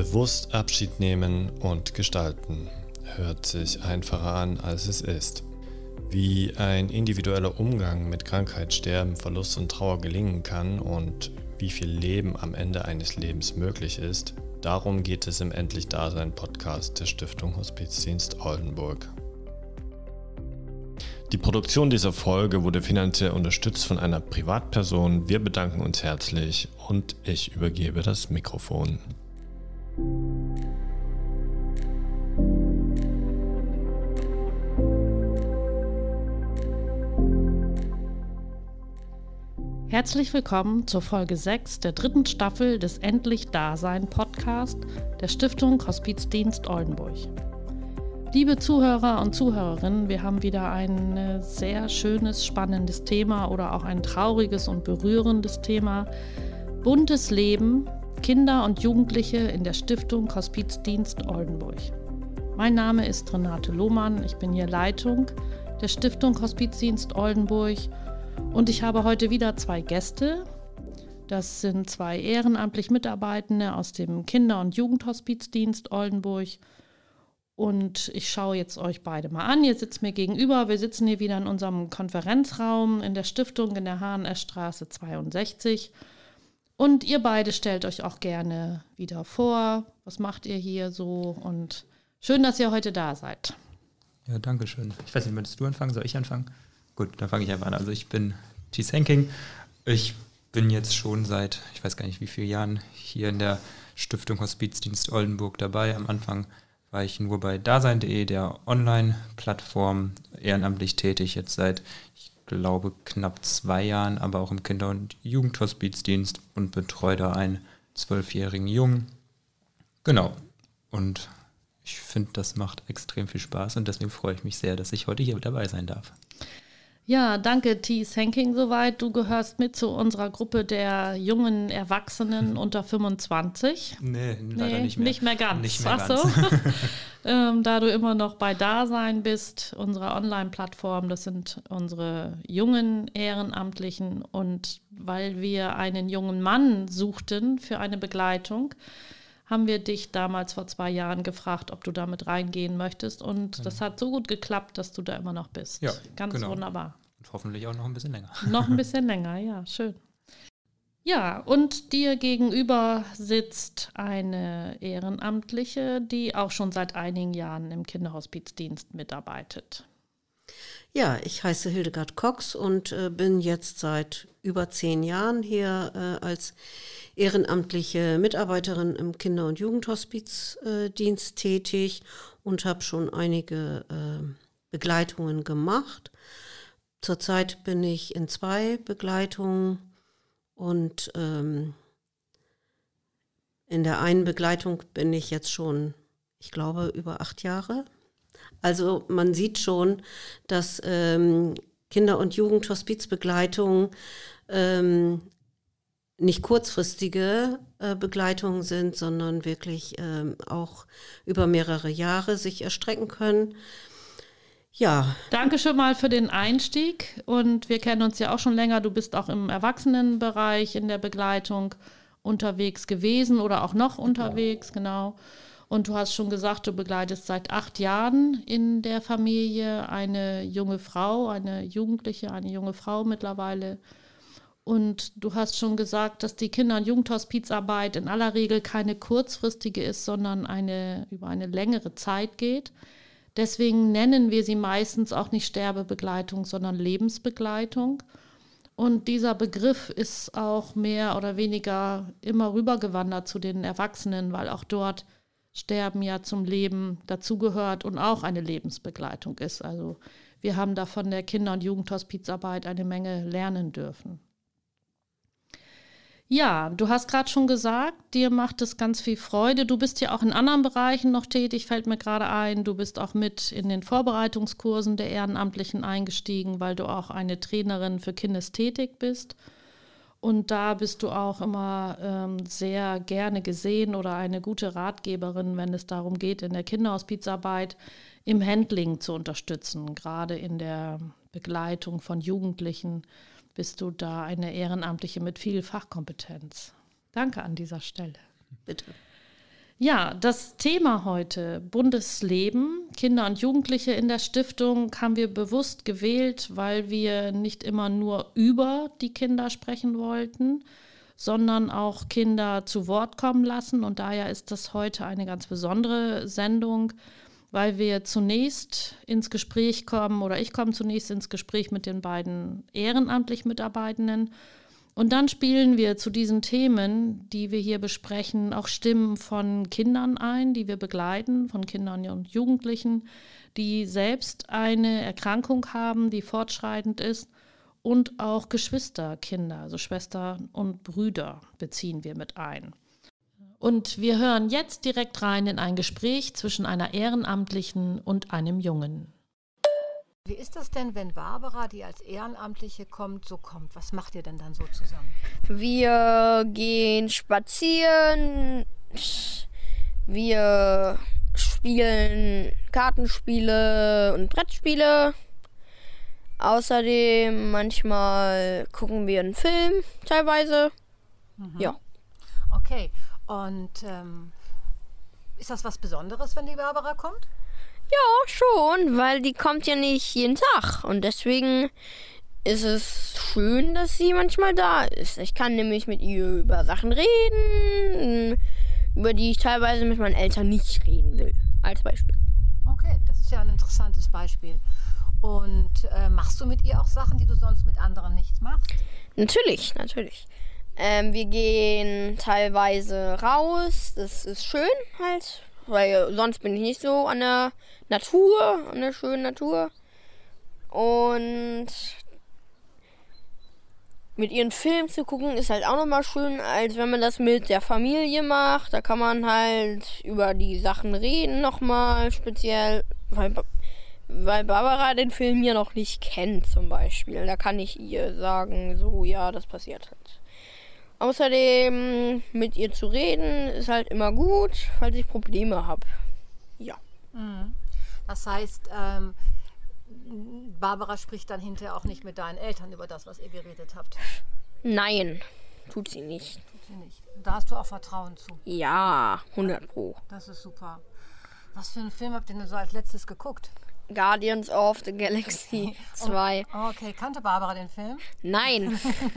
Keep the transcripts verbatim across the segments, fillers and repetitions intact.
Bewusst Abschied nehmen und gestalten hört sich einfacher an, als es ist. Wie ein individueller Umgang mit Krankheit, Sterben, Verlust und Trauer gelingen kann und wie viel Leben am Ende eines Lebens möglich ist, darum geht es im Endlich Dasein Podcast der Stiftung Hospizdienst Oldenburg. Die Produktion dieser Folge wurde finanziell unterstützt von einer Privatperson. Wir bedanken uns herzlich und ich übergebe das Mikrofon. Herzlich willkommen zur Folge sechs der dritten Staffel des Endlich Dasein Podcast der Stiftung Hospizdienst Oldenburg. Liebe Zuhörer und Zuhörerinnen, wir haben wieder ein sehr schönes, spannendes Thema oder auch ein trauriges und berührendes Thema. Buntes Leben, Kinder und Jugendliche in der Stiftung Hospizdienst Oldenburg. Mein Name ist Renate Lohmann, ich bin hier Leitung der Stiftung Hospizdienst Oldenburg und ich habe heute wieder zwei Gäste. Das sind zwei ehrenamtlich Mitarbeitende aus dem Kinder- und Jugendhospizdienst Oldenburg. Und ich schaue jetzt euch beide mal an. Ihr sitzt mir gegenüber. Wir sitzen hier wieder in unserem Konferenzraum in der Stiftung in der H N S-Straße zweiundsechzig. Und ihr beide stellt euch auch gerne wieder vor. Was macht ihr hier so? Und schön, dass ihr heute da seid. Ja, danke schön. Ich weiß nicht, möchtest du anfangen? Soll ich anfangen? Gut, dann fange ich einfach an. Also ich bin Thies Henking. Ich bin jetzt schon seit, ich weiß gar nicht wie vielen Jahren, hier in der Stiftung Hospizdienst Oldenburg dabei. Am Anfang war ich nur bei dasein punkt de, der Online-Plattform, ehrenamtlich tätig, jetzt seit, ich glaube, knapp zwei Jahren, aber auch im Kinder- und Jugendhospizdienst und betreue da einen zwölfjährigen Jungen. Genau. Und ich finde, das macht extrem viel Spaß und deswegen freue ich mich sehr, dass ich heute hier dabei sein darf. Ja, danke Thies Henking soweit. Du gehörst mit zu unserer Gruppe der jungen Erwachsenen unter fünfundzwanzig. Nee, leider nee, nicht mehr. Nicht mehr ganz. Nicht mehr Ach ganz. so. ähm, da du immer noch bei Dasein bist, unserer Online-Plattform, das sind unsere jungen Ehrenamtlichen. Und weil wir einen jungen Mann suchten für eine Begleitung, haben wir dich damals vor zwei Jahren gefragt, ob du damit reingehen möchtest. Und mhm. das hat so gut geklappt, dass du da immer noch bist. Ja, ganz genau. wunderbar. Und hoffentlich auch noch ein bisschen länger. Noch ein bisschen länger, ja, schön. Ja, und dir gegenüber sitzt eine Ehrenamtliche, die auch schon seit einigen Jahren im Kinderhospizdienst mitarbeitet. Ja, ich heiße Hildegard Cox und äh, bin jetzt seit über zehn Jahren hier äh, als ehrenamtliche Mitarbeiterin im Kinder- und Jugendhospizdienst äh, tätig und habe schon einige äh, Begleitungen gemacht. Zurzeit bin ich in zwei Begleitungen und ähm, in der einen Begleitung bin ich jetzt schon, ich glaube, über acht Jahre. Also man sieht schon, dass ähm, Kinder- und Jugendhospizbegleitungen ähm, nicht kurzfristige äh, Begleitungen sind, sondern wirklich ähm, auch über mehrere Jahre sich erstrecken können. Ja. Danke schon mal für den Einstieg und wir kennen uns ja auch schon länger. Du bist auch im Erwachsenenbereich in der Begleitung unterwegs gewesen oder auch noch unterwegs, genau. Und du hast schon gesagt, du begleitest seit acht Jahren in der Familie eine junge Frau, eine Jugendliche, eine junge Frau mittlerweile. Und du hast schon gesagt, dass die Kinder- und Jugendhospizarbeit in aller Regel keine kurzfristige ist, sondern eine über eine längere Zeit geht. Deswegen nennen wir sie meistens auch nicht Sterbebegleitung, sondern Lebensbegleitung. Und dieser Begriff ist auch mehr oder weniger immer rübergewandert zu den Erwachsenen, weil auch dort Sterben ja zum Leben dazugehört und auch eine Lebensbegleitung ist. Also wir haben da von der Kinder- und Jugendhospizarbeit eine Menge lernen dürfen. Ja, du hast gerade schon gesagt, dir macht es ganz viel Freude. Du bist ja auch in anderen Bereichen noch tätig, fällt mir gerade ein. Du bist auch mit in den Vorbereitungskursen der Ehrenamtlichen eingestiegen, weil du auch eine Trainerin für Kinästhetik bist. Und da bist du auch immer ähm, sehr gerne gesehen oder eine gute Ratgeberin, wenn es darum geht, in der Kinderhospizarbeit im Handling zu unterstützen. Gerade in der Begleitung von Jugendlichen bist du da eine Ehrenamtliche mit viel Fachkompetenz. Danke an dieser Stelle. Bitte. Ja, das Thema heute, buntes Leben, Kinder und Jugendliche in der Stiftung, haben wir bewusst gewählt, weil wir nicht immer nur über die Kinder sprechen wollten, sondern auch Kinder zu Wort kommen lassen. Und daher ist das heute eine ganz besondere Sendung, weil wir zunächst ins Gespräch kommen, oder ich komme zunächst ins Gespräch mit den beiden ehrenamtlich Mitarbeitenden. Und dann spielen wir zu diesen Themen, die wir hier besprechen, auch Stimmen von Kindern ein, die wir begleiten, von Kindern und Jugendlichen, die selbst eine Erkrankung haben, die fortschreitend ist, und auch Geschwisterkinder, also Schwestern und Brüder beziehen wir mit ein. Und wir hören jetzt direkt rein in ein Gespräch zwischen einer Ehrenamtlichen und einem Jungen. Wie ist das denn, wenn Barbara, die als Ehrenamtliche kommt, so kommt? Was macht ihr denn dann so zusammen? Wir gehen spazieren, wir spielen Kartenspiele und Brettspiele. Außerdem manchmal gucken wir einen Film, teilweise. Mhm. Ja. Okay, und ähm, ist das was Besonderes, wenn die Barbara kommt? Ja, schon, weil die kommt ja nicht jeden Tag und deswegen ist es schön, dass sie manchmal da ist. Ich kann nämlich mit ihr über Sachen reden, über die ich teilweise mit meinen Eltern nicht reden will, als Beispiel. Okay, das ist ja ein interessantes Beispiel. Und äh, machst du mit ihr auch Sachen, die du sonst mit anderen nicht machst? Natürlich, natürlich. Ähm, wir gehen teilweise raus, das ist schön halt. Weil sonst bin ich nicht so an der Natur, an der schönen Natur. Und mit ihren Film zu gucken ist halt auch nochmal schön, als wenn man das mit der Familie macht. Da kann man halt über die Sachen reden nochmal speziell, weil, weil Barbara den Film ja noch nicht kennt zum Beispiel. Da kann ich ihr sagen, so ja, das passiert halt. Außerdem mit ihr zu reden ist halt immer gut, falls ich Probleme habe. Ja. Mhm. Das heißt, ähm, Barbara spricht dann hinterher auch nicht mit deinen Eltern über das, was ihr geredet habt? Nein, tut sie nicht. Tut sie nicht. Da hast du auch Vertrauen zu? Ja, hundert Pro. Das ist super. Was für einen Film habt ihr denn so als letztes geguckt? Guardians of the Galaxy zwei. Oh, okay, kannte Barbara den Film? Nein.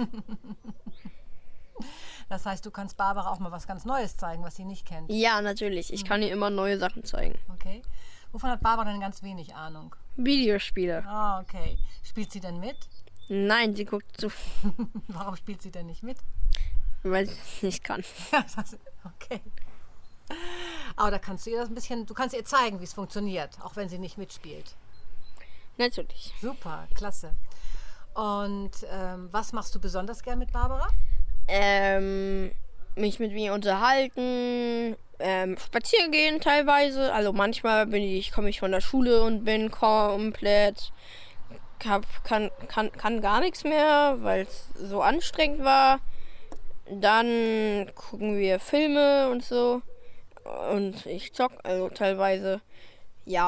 Das heißt, du kannst Barbara auch mal was ganz Neues zeigen, was sie nicht kennt. Ja, natürlich. Ich kann ihr immer neue Sachen zeigen. Okay. Wovon hat Barbara denn ganz wenig Ahnung? Videospiele. Ah, okay. Spielt sie denn mit? Nein, sie guckt zu. Warum spielt sie denn nicht mit? Weil sie es nicht kann. Okay. Aber da kannst du ihr das ein bisschen, du kannst ihr zeigen, wie es funktioniert, auch wenn sie nicht mitspielt. Natürlich. Super, klasse. Und ähm, was machst du besonders gern mit Barbara? Ähm, mich mit mir unterhalten, ähm, spazieren gehen teilweise. Also manchmal bin ich, komme ich von der Schule und bin komplett, hab, kann, kann, kann gar nichts mehr, weil es so anstrengend war. Dann gucken wir Filme und so. Und ich zock, also teilweise, ja.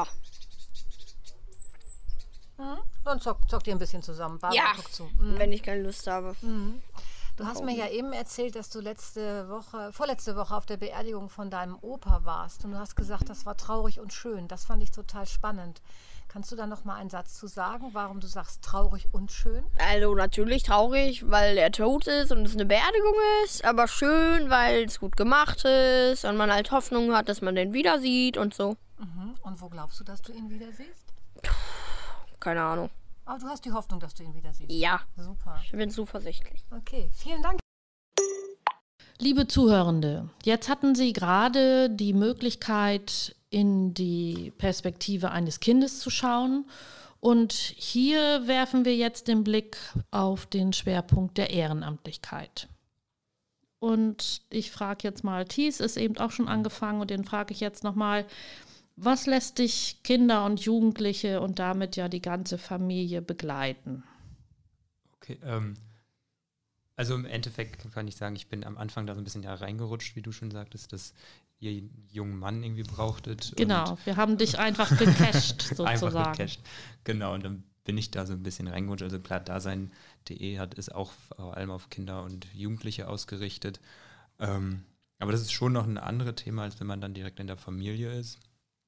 Mhm. Dann zockt zock ihr ein bisschen zusammen. Barbara ja, guckt zu. Mhm. wenn ich keine Lust habe. Mhm. Du hast mir ja eben erzählt, dass du letzte Woche, vorletzte Woche auf der Beerdigung von deinem Opa warst. Und du hast gesagt, das war traurig und schön. Das fand ich total spannend. Kannst du da noch mal einen Satz zu sagen, warum du sagst traurig und schön? Also natürlich traurig, weil er tot ist und es eine Beerdigung ist. Aber schön, weil es gut gemacht ist und man halt Hoffnung hat, dass man den wieder sieht und so. Mhm. Und wo glaubst du, dass du ihn wieder siehst? Puh, keine Ahnung. Aber du hast die Hoffnung, dass du ihn wieder siehst. Ja. Super. Ich bin zuversichtlich. Okay, vielen Dank. Liebe Zuhörende, jetzt hatten Sie gerade die Möglichkeit, in die Perspektive eines Kindes zu schauen. Und hier werfen wir jetzt den Blick auf den Schwerpunkt der Ehrenamtlichkeit. Und ich frage jetzt mal, Thies ist eben auch schon angefangen und den frage ich jetzt nochmal, was lässt dich Kinder und Jugendliche und damit ja die ganze Familie begleiten? Okay, ähm, also im Endeffekt kann ich sagen, ich bin am Anfang da so ein bisschen da reingerutscht, wie du schon sagtest, dass ihr einen jungen Mann irgendwie brauchtet. Genau, wir haben dich einfach gecached sozusagen. Einfach gecached, genau, und dann bin ich da so ein bisschen reingerutscht. Also klar, Dasein punkt de hat ist auch vor allem auf Kinder und Jugendliche ausgerichtet. Ähm, Aber das ist schon noch ein anderes Thema, als wenn man dann direkt in der Familie ist.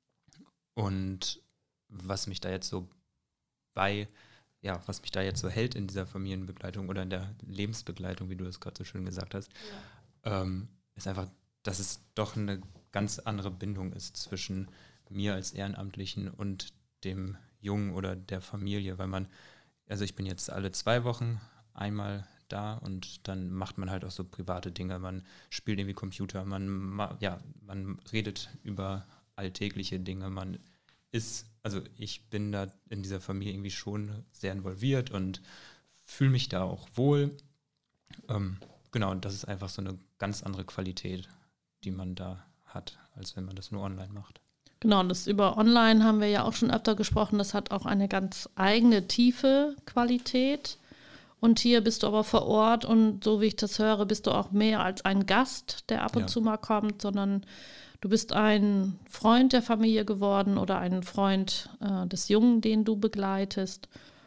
Und was mich da jetzt so bei, ja, was mich da jetzt so hält in dieser Familienbegleitung oder in der Lebensbegleitung, wie du das gerade so schön gesagt hast, ja. ähm, ist einfach, dass es doch eine ganz andere Bindung ist zwischen mir als Ehrenamtlichen und dem Jungen oder der Familie, weil man, also ich bin jetzt alle zwei Wochen einmal da und dann macht man halt auch so private Dinge, man spielt irgendwie Computer, man, ja, man redet über alltägliche Dinge, man ist, also ich bin da in dieser Familie irgendwie schon sehr involviert und fühle mich da auch wohl. Ähm, genau, und das ist einfach so eine ganz andere Qualität, die man da hat, als wenn man das nur online macht. Genau, das über Online haben wir ja auch schon öfter gesprochen, das hat auch eine ganz eigene tiefe Qualität. Und hier bist du aber vor Ort und so wie ich das höre, bist du auch mehr als ein Gast, der ab und ja. zu mal kommt, sondern du bist ein Freund der Familie geworden oder ein Freund äh, des Jungen, den du begleitest.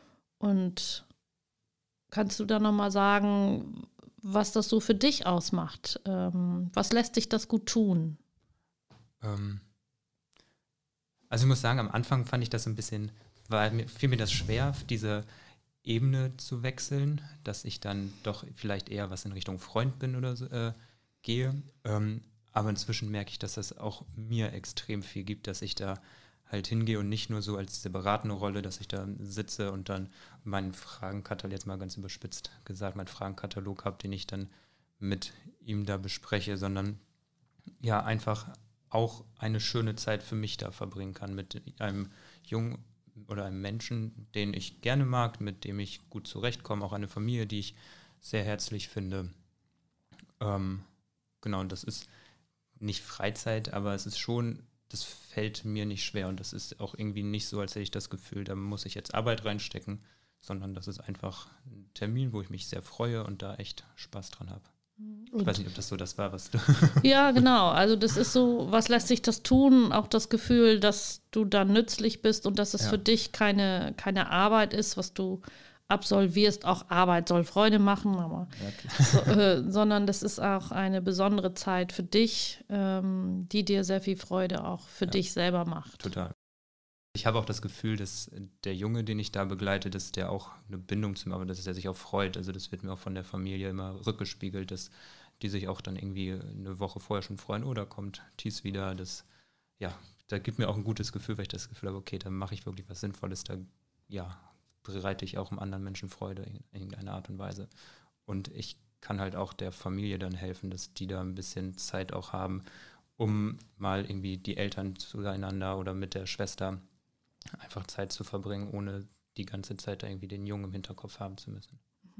Und kannst du da nochmal sagen, was das so für dich ausmacht? Ähm, was lässt dich das gut tun? Ähm, also ich muss sagen, am Anfang fand ich das ein bisschen, weil mir fiel mir das schwer, diese Ebene zu wechseln, dass ich dann doch vielleicht eher was in Richtung Freund bin oder so, äh, gehe. Ähm, aber inzwischen merke ich, dass das auch mir extrem viel gibt, dass ich da halt hingehe und nicht nur so als diese beratende Rolle, dass ich da sitze und dann meinen Fragenkatalog, jetzt mal ganz überspitzt gesagt, meinen Fragenkatalog habe, den ich dann mit ihm da bespreche, sondern ja einfach auch eine schöne Zeit für mich da verbringen kann mit einem Jungen oder einem Menschen, den ich gerne mag, mit dem ich gut zurechtkomme, auch eine Familie, die ich sehr herzlich finde. Ähm, genau, und das ist nicht Freizeit, aber es ist schon, das fällt mir nicht schwer und das ist auch irgendwie nicht so, als hätte ich das Gefühl, da muss ich jetzt Arbeit reinstecken, sondern das ist einfach ein Termin, wo ich mich sehr freue und da echt Spaß dran habe. Ich und weiß nicht, ob das so das war, was du... Ja, genau. Also das ist so, was lässt sich das tun? Auch das Gefühl, dass du da nützlich bist und dass es ja. für dich keine, keine Arbeit ist, was du absolvierst. Auch Arbeit soll Freude machen, aber ja, so, äh, sondern das ist auch eine besondere Zeit für dich, ähm, die dir sehr viel Freude auch für ja. dich selber macht. Total. Ich habe auch das Gefühl, dass der Junge, den ich da begleite, dass der auch eine Bindung zu mir, aber dass er sich auch freut. Also das wird mir auch von der Familie immer rückgespiegelt, dass die sich auch dann irgendwie eine Woche vorher schon freuen, oh, da kommt Thies wieder. Das, ja, da gibt mir auch ein gutes Gefühl, weil ich das Gefühl habe, okay, da mache ich wirklich was Sinnvolles. Da, ja, bereite ich auch einem anderen Menschen Freude in irgendeiner Art und Weise. Und ich kann halt auch der Familie dann helfen, dass die da ein bisschen Zeit auch haben, um mal irgendwie die Eltern zueinander oder mit der Schwester einfach Zeit zu verbringen, ohne die ganze Zeit da irgendwie den Jungen im Hinterkopf haben zu müssen.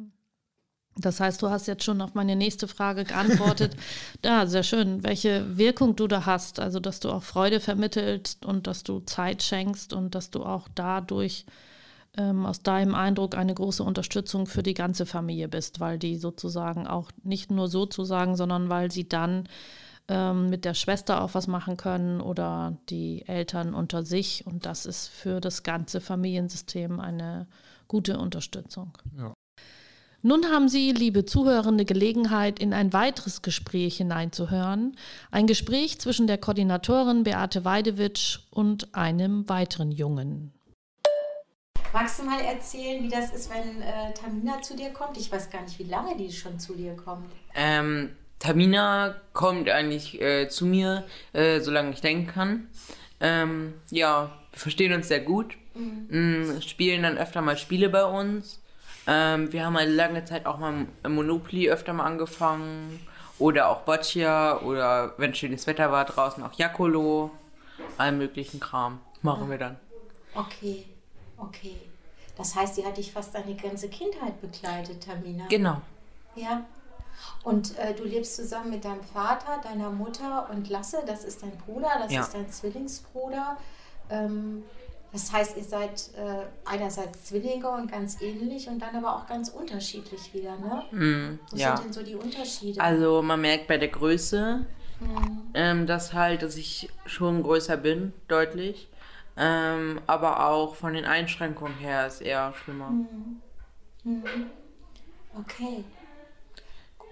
Das heißt, du hast jetzt schon auf meine nächste Frage geantwortet. Ja, sehr schön, welche Wirkung du da hast, also dass du auch Freude vermittelst und dass du Zeit schenkst und dass du auch dadurch ähm, aus deinem Eindruck eine große Unterstützung für die ganze Familie bist, weil die sozusagen auch nicht nur sozusagen, sondern weil sie dann mit der Schwester auch was machen können oder die Eltern unter sich und das ist für das ganze Familiensystem eine gute Unterstützung. Ja. Nun haben Sie, liebe Zuhörende, Gelegenheit, in ein weiteres Gespräch hineinzuhören. Ein Gespräch zwischen der Koordinatorin Beate Weidewitsch und einem weiteren Jungen. Magst du mal erzählen, wie das ist, wenn äh, Tamina zu dir kommt? Ich weiß gar nicht, wie lange die schon zu dir kommt. Ähm... Tamina kommt eigentlich äh, zu mir, äh, solange ich denken kann. Ähm, ja, wir verstehen uns sehr gut, mhm. spielen dann öfter mal Spiele bei uns. Ähm, wir haben eine lange Zeit auch mal Monopoly öfter mal angefangen oder auch Boccia oder wenn schönes Wetter war draußen auch Jakolo, allen möglichen Kram machen wir dann. Okay, okay. Das heißt, die hat dich fast deine ganze Kindheit begleitet, Tamina? Genau. Ja. Und äh, du lebst zusammen mit deinem Vater, deiner Mutter und Lasse, das ist dein Bruder, das ja. ist dein Zwillingsbruder. Ähm, das heißt, ihr seid äh, einerseits Zwillinge und ganz ähnlich und dann aber auch ganz unterschiedlich wieder, ne? Mm, Wo ja. sind denn so die Unterschiede? Also man merkt bei der Größe, mm. ähm, dass halt, dass ich schon größer bin, deutlich. Ähm, aber auch von den Einschränkungen her ist eher schlimmer. Mm. Mm. Okay.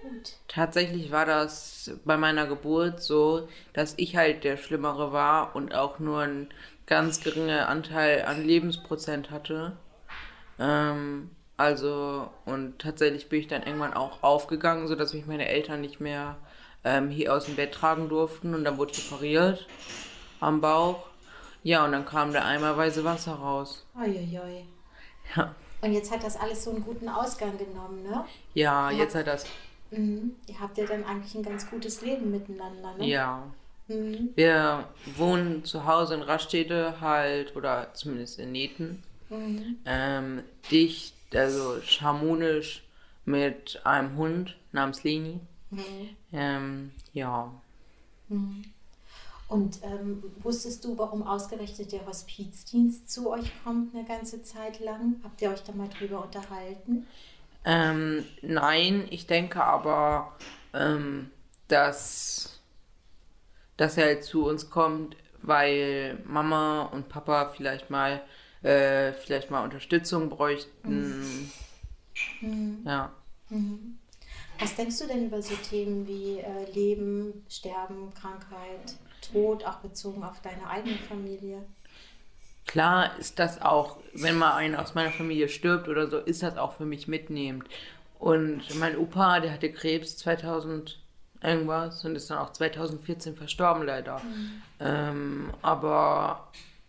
gut. Tatsächlich war das bei meiner Geburt so, dass ich halt der Schlimmere war und auch nur einen ganz geringen Anteil an Lebensprozent hatte. Ähm, also, und tatsächlich bin ich dann irgendwann auch aufgegangen, sodass mich meine Eltern nicht mehr ähm, hier aus dem Bett tragen durften und dann wurde ich operiert am Bauch. Ja, und dann kam da eimerweise Wasser raus. Uiuiui. Ja, Und jetzt hat das alles so einen guten Ausgang genommen, ne? ja Ja. jetzt hat das, Mhm. Ihr habt ja dann eigentlich ein ganz gutes Leben miteinander, ne? ja. Mhm. Wir wohnen zu Hause in Rastede halt, oder zumindest in Neten. Mhm. Ähm, dicht, also harmonisch mit einem Hund namens Leni. Mhm. Ähm, ja. Mhm. Und ähm, wusstest du, warum ausgerechnet der Hospizdienst zu euch kommt eine ganze Zeit lang? Habt ihr euch da mal drüber unterhalten? Ähm, nein, ich denke aber, ähm, dass, dass er halt zu uns kommt, weil Mama und Papa vielleicht mal, äh, vielleicht mal Unterstützung bräuchten. Mhm. Ja. Mhm. Was denkst du denn über so Themen wie äh, Leben, Sterben, Krankheit, Tod, auch bezogen auf deine eigene Familie? Klar ist das auch, wenn mal einer aus meiner Familie stirbt oder so, ist das auch für mich mitnehmend. Und mein Opa, der hatte Krebs zweitausend irgendwas und ist dann auch zweitausendvierzehn verstorben leider. Mhm. Ähm, aber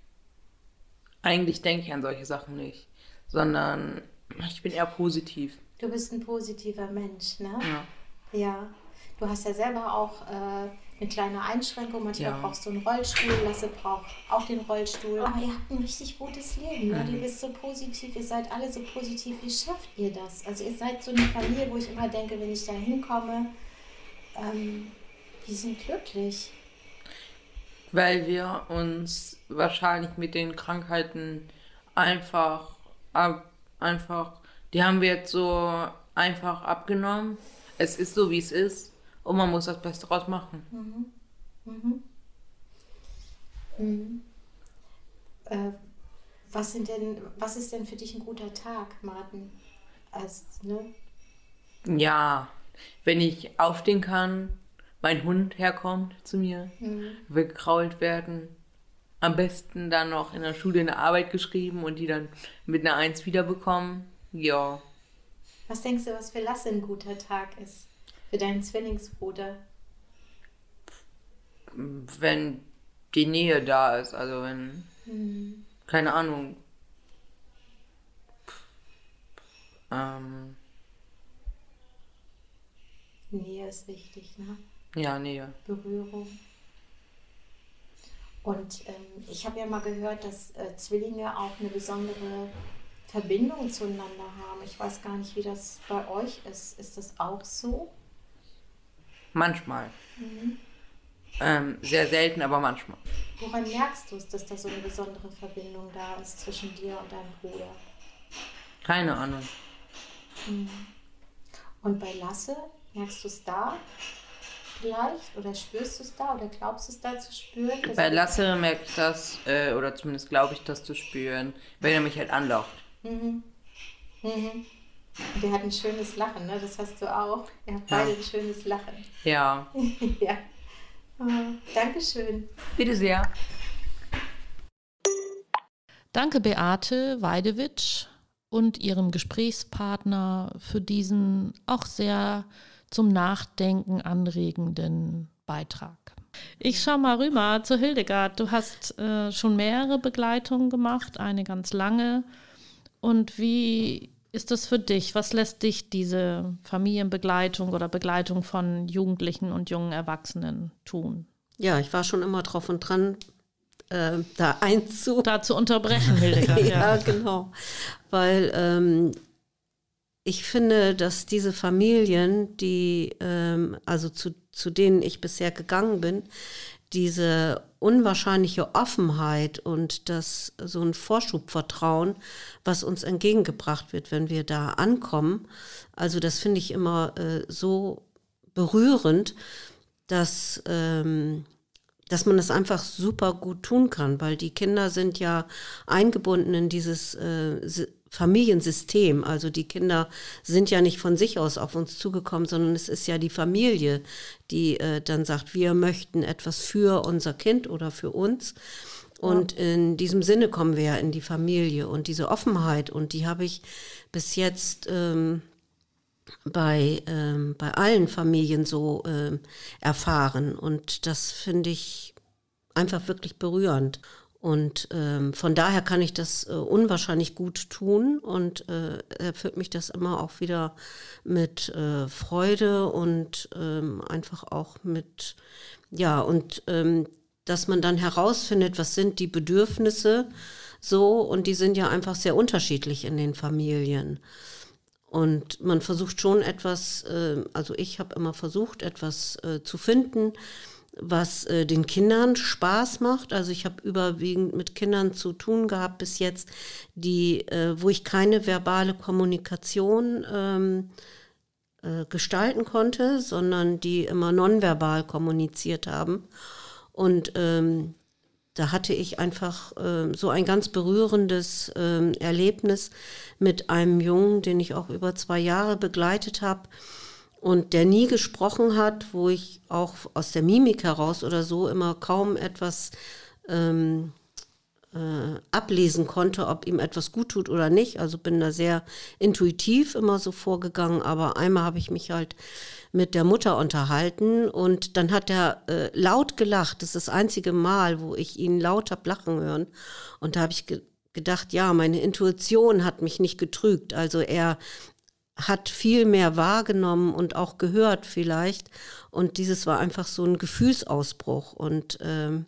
eigentlich denke ich an solche Sachen nicht, sondern ich bin eher positiv. Du bist ein positiver Mensch, ne? Ja. Ja. Du hast ja selber auch äh, eine kleine Einschränkung. Manchmal Ja. brauchst du einen Rollstuhl. Lasse braucht auch den Rollstuhl. Aber ihr habt ein richtig gutes Leben. Ne? Du bist so positiv. Ihr seid alle so positiv. Wie schafft ihr das? Also ihr seid so eine Familie, wo ich immer denke, wenn ich da hinkomme, ähm, die sind glücklich. Weil wir uns wahrscheinlich mit den Krankheiten einfach, ab, einfach, die haben wir jetzt so einfach abgenommen. Es ist so, wie es ist und man muss das Beste draus machen. Mhm. Mhm. Mhm. Äh, was sind denn, was ist denn für dich ein guter Tag, Martin? Als, ne? Ja, wenn ich aufstehen kann, mein Hund herkommt zu mir, Mhm. wir gekrault werden, am besten dann noch in der Schule eine Arbeit geschrieben und die dann mit einer Eins wiederbekommen. Ja, Was denkst du, was für Lasse ein guter Tag ist? Für deinen Zwillingsbruder? wenn die Nähe da ist, also wenn, Mhm. keine Ahnung, ähm, Nähe ist wichtig, ne? ja, Nähe. Berührung. Und ähm, ich habe ja mal gehört, dass äh, Zwillinge auch eine besondere Verbindung zueinander haben. Ich weiß gar nicht, wie das bei euch ist. Ist das auch so? Manchmal. Mhm. Ähm, sehr selten, aber manchmal. Woran merkst du es, dass da so eine besondere Verbindung da ist zwischen dir und deinem Bruder? Keine Ahnung. Mhm. Und bei Lasse, merkst du es da vielleicht? Oder spürst du es da? Oder glaubst du es da zu spüren? dass Bei er- Lasse merke ich das, äh, oder zumindest glaube ich das zu spüren, wenn er mich halt anlacht. Mhm. Mhm. Und der hat ein schönes Lachen, ne? Das hast du auch. Ihr habt Ja. beide ein schönes Lachen. Ja, Ja. Oh, Dankeschön. bitte sehr. Danke Beate Weidewitsch und ihrem Gesprächspartner für diesen auch sehr zum Nachdenken anregenden Beitrag. Ich schaue mal rüber zu Hildegard. Du hast äh, schon mehrere Begleitungen gemacht, eine ganz lange. Und wie ist das für dich? Was lässt dich diese Familienbegleitung oder Begleitung von Jugendlichen und jungen Erwachsenen tun? Ja, ich war schon immer drauf und dran, äh, da einzu... Da zu unterbrechen, Hildegard. ja, genau. Weil ähm, ich finde, dass diese Familien, die, ähm, also zu, zu denen ich bisher gegangen bin, diese unwahrscheinliche Offenheit und das so ein Vorschubvertrauen, was uns entgegengebracht wird, wenn wir da ankommen, also das finde ich immer äh, so berührend, dass, ähm, dass man das einfach super gut tun kann, weil die Kinder sind ja eingebunden in dieses äh, Familiensystem. Also die Kinder sind ja nicht von sich aus auf uns zugekommen, sondern es ist ja die Familie, die äh, dann sagt, wir möchten etwas für unser Kind oder für uns. Und in diesem Sinne kommen wir ja in die Familie. Und diese Offenheit, und die habe ich bis jetzt ähm, bei, ähm, bei allen Familien so ähm, erfahren. Und das finde ich einfach wirklich berührend. Und ähm, von daher kann ich das äh, unwahrscheinlich gut tun und äh, erfüllt mich das immer auch wieder mit äh, Freude und ähm, einfach auch mit, ja, und ähm, dass man dann herausfindet, was sind die Bedürfnisse so, und die sind ja einfach sehr unterschiedlich in den Familien. Und man versucht schon etwas, äh, also ich habe immer versucht, etwas äh, zu finden, was äh, den Kindern Spaß macht. Also ich habe überwiegend mit Kindern zu tun gehabt bis jetzt, die, äh, wo ich keine verbale Kommunikation ähm, äh, gestalten konnte, sondern die immer nonverbal kommuniziert haben. Und ähm, da hatte ich einfach ähm, so ein ganz berührendes ähm, Erlebnis mit einem Jungen, den ich auch über zwei Jahre begleitet habe, und der nie gesprochen hat, wo ich auch aus der Mimik heraus oder so immer kaum etwas ähm, äh, ablesen konnte, ob ihm etwas gut tut oder nicht. Also bin da sehr intuitiv immer so vorgegangen, aber einmal habe ich mich halt mit der Mutter unterhalten und dann hat er äh, laut gelacht. Das ist das einzige Mal, wo ich ihn laut habe lachen hören. Und da habe ich ge- gedacht, ja, meine Intuition hat mich nicht getrügt. Also er hat viel mehr wahrgenommen und auch gehört vielleicht. Und dieses war einfach so ein Gefühlsausbruch. Und ähm,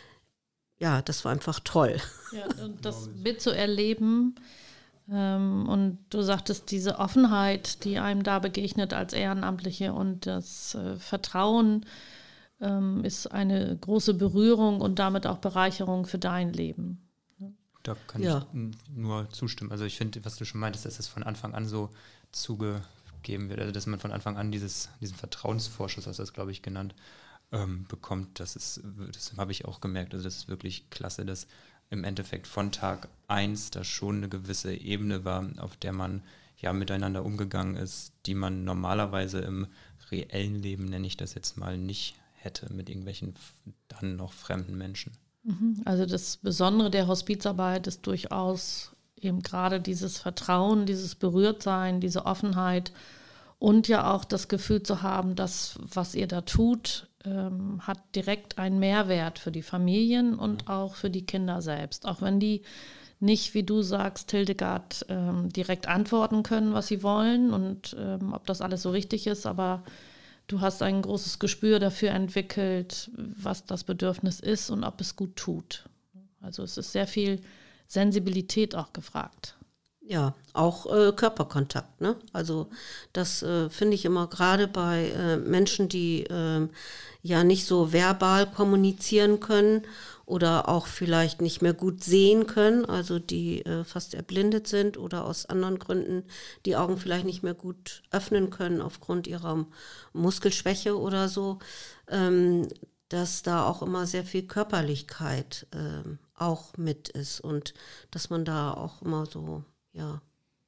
ja, das war einfach toll. Ja, und das mitzuerleben. Ähm, und du sagtest, diese Offenheit, die einem da begegnet als Ehrenamtliche, und das äh, Vertrauen ähm, ist eine große Berührung und damit auch Bereicherung für dein Leben. Da kann Ja. ich nur zustimmen. Also ich finde, was du schon meintest, dass es von Anfang an so zugegeben wird, also dass man von Anfang an dieses, diesen Vertrauensvorschuss, hast du das, glaube ich, genannt, ähm, bekommt. Das ist, das habe ich auch gemerkt. Also das ist wirklich klasse, dass im Endeffekt von Tag eins da schon eine gewisse Ebene war, auf der man ja miteinander umgegangen ist, die man normalerweise im reellen Leben, nenne ich das jetzt mal, nicht hätte mit irgendwelchen dann noch fremden Menschen. Also das Besondere der Hospizarbeit ist durchaus eben gerade dieses Vertrauen, dieses Berührtsein, diese Offenheit und ja auch das Gefühl zu haben, dass was ihr da tut, ähm, hat direkt einen Mehrwert für die Familien und auch für die Kinder selbst. Auch wenn die nicht, wie du sagst, Hildegard, ähm, direkt antworten können, was sie wollen und ähm, ob das alles so richtig ist, aber du hast ein großes Gespür dafür entwickelt, was das Bedürfnis ist und ob es gut tut. Also es ist sehr viel Sensibilität auch gefragt. Ja, auch äh, Körperkontakt, ne? Also das äh, finde ich immer gerade bei äh, Menschen, die äh, ja nicht so verbal kommunizieren können oder auch vielleicht nicht mehr gut sehen können, also die äh, fast erblindet sind oder aus anderen Gründen die Augen vielleicht nicht mehr gut öffnen können aufgrund ihrer Muskelschwäche oder so, ähm, dass da auch immer sehr viel Körperlichkeit äh, auch mit ist und dass man da auch immer so, ja,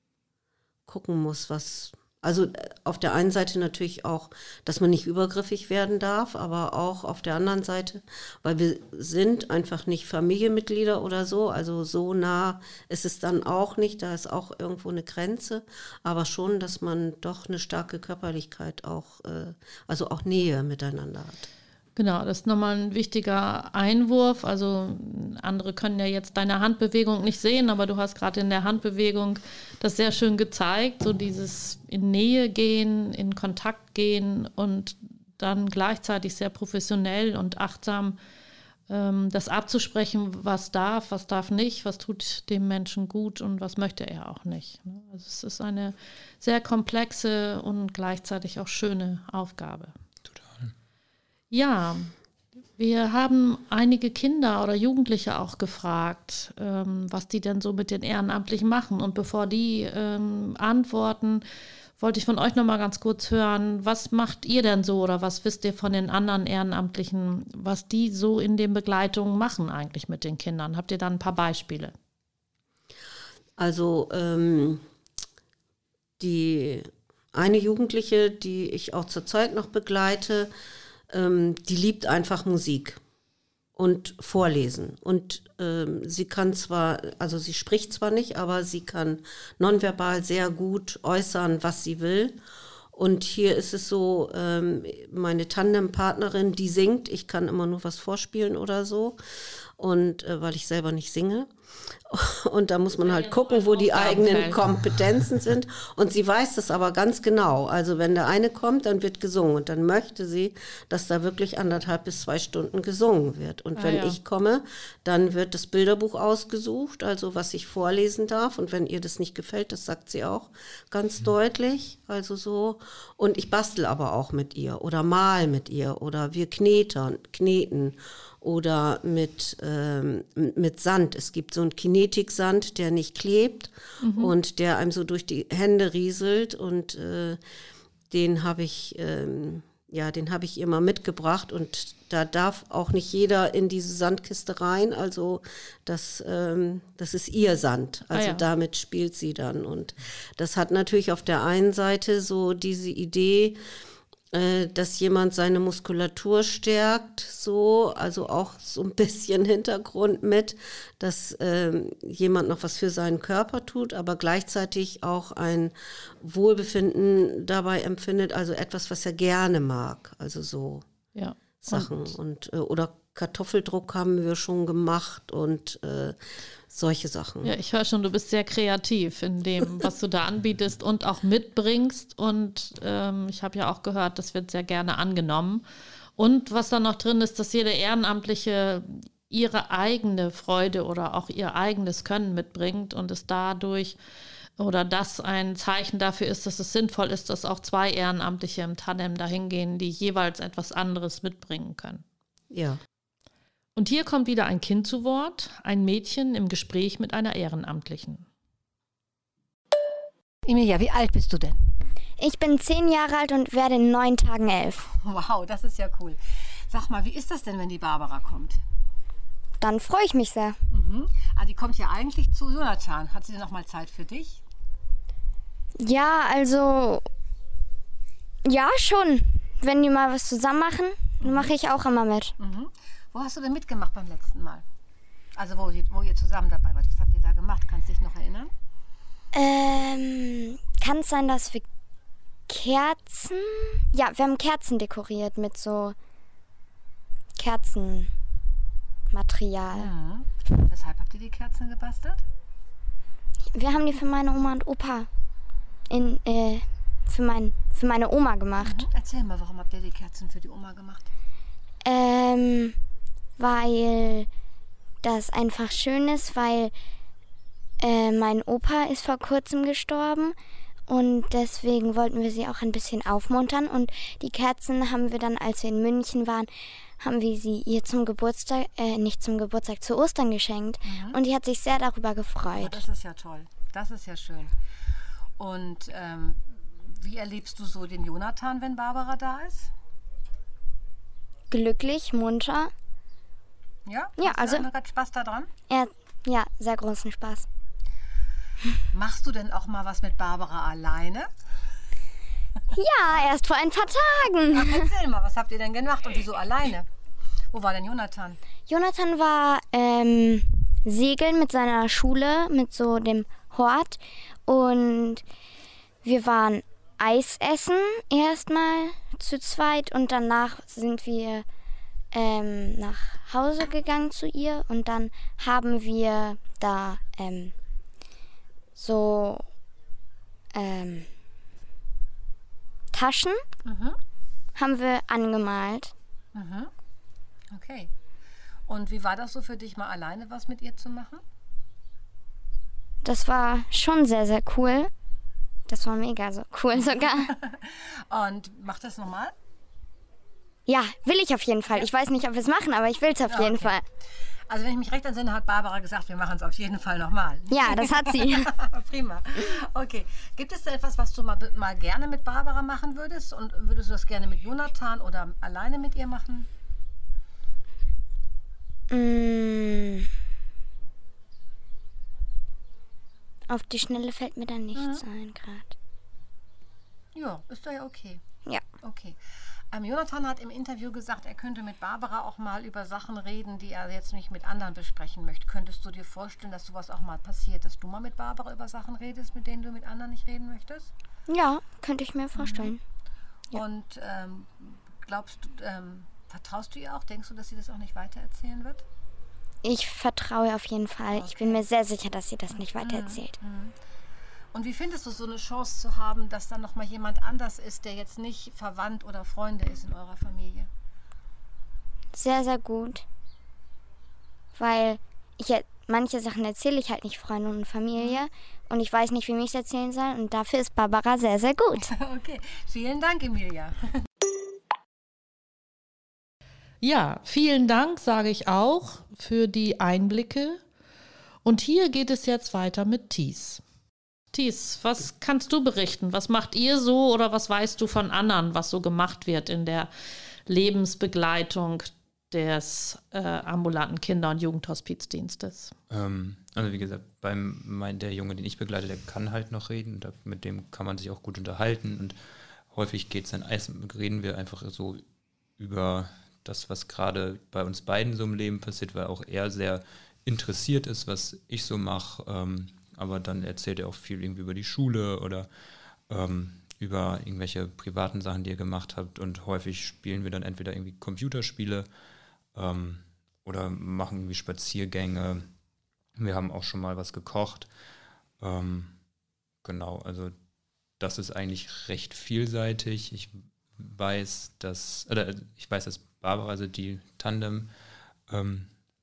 gucken muss, was, also auf der einen Seite natürlich auch, dass man nicht übergriffig werden darf, aber auch auf der anderen Seite, weil wir sind einfach nicht Familienmitglieder oder so, also so nah ist es dann auch nicht, da ist auch irgendwo eine Grenze, aber schon, dass man doch eine starke Körperlichkeit auch, äh, also auch Nähe miteinander hat. Genau, das ist nochmal ein wichtiger Einwurf. Also andere können ja jetzt deine Handbewegung nicht sehen, aber du hast gerade in der Handbewegung das sehr schön gezeigt, so dieses in Nähe gehen, in Kontakt gehen und dann gleichzeitig sehr professionell und achtsam ähm, das abzusprechen, was darf, was darf nicht, was tut dem Menschen gut und was möchte er auch nicht. Also es ist eine sehr komplexe und gleichzeitig auch schöne Aufgabe. Ja, wir haben einige Kinder oder Jugendliche auch gefragt, ähm, was die denn so mit den Ehrenamtlichen machen. Und bevor die ähm, antworten, wollte ich von euch nochmal ganz kurz hören, was macht ihr denn so oder was wisst ihr von den anderen Ehrenamtlichen, was die so in den Begleitungen machen eigentlich mit den Kindern? Habt ihr da ein paar Beispiele? Also ähm, die eine Jugendliche, die ich auch zurzeit noch begleite, ähm, die liebt einfach Musik und Vorlesen. Und ähm, sie kann zwar, also sie spricht zwar nicht, aber sie kann nonverbal sehr gut äußern, was sie will. Und hier ist es so, ähm, meine Tandempartnerin, die singt, ich kann immer nur was vorspielen oder so, und äh, weil ich selber nicht singe. Und da muss man halt gucken, wo die eigenen Kompetenzen sind. Und sie weiß das aber ganz genau. Also wenn der eine kommt, dann wird gesungen. Und dann möchte sie, dass da wirklich anderthalb bis zwei Stunden gesungen wird. Und Ah, wenn ja. ich komme, dann wird das Bilderbuch ausgesucht, also was ich vorlesen darf. Und wenn ihr das nicht gefällt, das sagt sie auch ganz deutlich. Also so. Und ich bastel aber auch mit ihr oder mal mit ihr oder wir knetern, kneten. Oder mit, ähm, mit Sand. Es gibt so einen Kinetiksand, der nicht klebt mhm. und der einem so durch die Hände rieselt. Und äh, den habe ich, ähm, ja, den habe ich ihr mal mitgebracht. Und da darf auch nicht jeder in diese Sandkiste rein. Also das, ähm, das ist ihr Sand. Also ah, ja. damit spielt sie dann. Und das hat natürlich auf der einen Seite so diese Idee, dass jemand seine Muskulatur stärkt, so, also auch so ein bisschen Hintergrund mit, dass ähm, jemand noch was für seinen Körper tut, aber gleichzeitig auch ein Wohlbefinden dabei empfindet, also etwas, was er gerne mag, also so ja. Sachen. Und, und äh, oder Kartoffeldruck haben wir schon gemacht und äh, solche Sachen. Ja, ich höre schon, du bist sehr kreativ in dem, was du da anbietest und auch mitbringst. Und ähm, ich habe ja auch gehört, das wird sehr gerne angenommen. Und was da noch drin ist, dass jede Ehrenamtliche ihre eigene Freude oder auch ihr eigenes Können mitbringt und es dadurch oder das ein Zeichen dafür ist, dass es sinnvoll ist, dass auch zwei Ehrenamtliche im Tandem dahin gehen, die jeweils etwas anderes mitbringen können. Ja. Und hier kommt wieder ein Kind zu Wort, ein Mädchen im Gespräch mit einer Ehrenamtlichen. Emilia, wie alt bist du denn? Ich bin zehn Jahre alt und werde in neun Tagen elf. Wow, das ist ja cool. Sag mal, wie ist das denn, wenn die Barbara kommt? Dann freue ich mich sehr. Mhm. Ah, die kommt ja eigentlich zu Jonathan. Hat sie denn noch mal Zeit für dich? Ja, also, ja schon. Wenn die mal was zusammen machen, dann mache ich auch immer mit. Mhm. Wo hast du denn mitgemacht beim letzten Mal? Also wo, wo ihr zusammen dabei wart. Was habt ihr da gemacht? Kannst du dich noch erinnern? Ähm, kann es sein, dass wir Kerzen... Ja, wir haben Kerzen dekoriert mit so Kerzenmaterial. Mhm. Weshalb habt ihr die Kerzen gebastelt? Wir haben die für meine Oma und Opa in, äh, für, mein, für meine Oma gemacht. Mhm. Erzähl mal, warum habt ihr die Kerzen für die Oma gemacht? Ähm, weil das einfach schön ist, weil äh, mein Opa ist vor kurzem gestorben und deswegen wollten wir sie auch ein bisschen aufmuntern und die Kerzen haben wir dann, als wir in München waren, haben wir sie ihr zum Geburtstag, äh, nicht zum Geburtstag, zu Ostern geschenkt mhm. und die hat sich sehr darüber gefreut. Oh, das ist ja toll, das ist ja schön. Und ähm, wie erlebst du so den Jonathan, wenn Barbara da ist? Glücklich, munter. Ja? Ja, Hast also du gerade Spaß daran? Ja, ja, sehr großen Spaß. Machst du denn auch mal was mit Barbara alleine? Ja, erst vor ein paar Tagen. Ach, erzähl mal, was habt ihr denn gemacht und wieso alleine? Wo war denn Jonathan? Jonathan war ähm, segeln mit seiner Schule, mit so dem Hort und wir waren Eis essen erstmal zu zweit und danach sind wir ähm, nach Hause gegangen zu ihr und dann haben wir da ähm, so ähm, Taschen Mhm. haben wir angemalt. Mhm. Okay. Und wie war das so für dich, mal alleine was mit ihr zu machen? Das war schon sehr, sehr cool. Das war mega so cool sogar. Und mach das nochmal? Ja, will ich auf jeden Fall. Ich weiß nicht, ob wir es machen, aber ich will es auf Ja, jeden okay. Fall. Also wenn ich mich recht entsinne, hat Barbara gesagt, wir machen es auf jeden Fall nochmal. Ja, das hat sie. Prima. Okay. Gibt es denn etwas, was du mal, mal gerne mit Barbara machen würdest? Und würdest du das gerne mit Jonathan oder alleine mit ihr machen? Mm. Auf die Schnelle fällt mir dann nichts mhm. ein gerade. Ja, ist doch ja okay. Ja. Okay. Ähm, Jonathan hat im Interview gesagt, er könnte mit Barbara auch mal über Sachen reden, die er jetzt nicht mit anderen besprechen möchte. Könntest du dir vorstellen, dass sowas auch mal passiert, dass du mal mit Barbara über Sachen redest, mit denen du mit anderen nicht reden möchtest? Ja, könnte ich mir vorstellen. Mhm. Ja. Und ähm, glaubst du, ähm, vertraust du ihr auch? Denkst du, dass sie das auch nicht weitererzählen wird? Ich vertraue auf jeden Fall. Okay. Ich bin mir sehr sicher, dass sie das nicht weitererzählt. Mhm. Und wie findest du so eine Chance zu haben, dass dann noch mal jemand anders ist, der jetzt nicht verwandt oder Freunde ist in eurer Familie? Sehr, sehr gut. Weil ich manche Sachen erzähle ich halt nicht Freunde und Familie und ich weiß nicht, wem ich es erzählen soll und dafür ist Barbara sehr, sehr gut. Okay, vielen Dank, Emilia. Ja, vielen Dank, sage ich auch, für die Einblicke. Und hier geht es jetzt weiter mit Thies. Thies, was kannst du berichten? Was macht ihr so oder was weißt du von anderen, was so gemacht wird in der Lebensbegleitung des äh, ambulanten Kinder- und Jugendhospizdienstes? Ähm, also wie gesagt, beim mein, der Junge, den ich begleite, der kann halt noch reden. Da, mit dem kann man sich auch gut unterhalten. Und häufig geht's dann, reden wir einfach so über das, was gerade bei uns beiden so im Leben passiert, weil auch er sehr interessiert ist, was ich so mache. Ähm, aber dann erzählt er auch viel irgendwie über die Schule oder ähm, über irgendwelche privaten Sachen, die ihr gemacht habt. Und häufig spielen wir dann entweder irgendwie Computerspiele ähm, oder machen irgendwie Spaziergänge. Wir haben auch schon mal was gekocht. Ähm, genau, also das ist eigentlich recht vielseitig. Ich weiß, dass, oder ich weiß, dass Barbara, also die Tandem, ähm,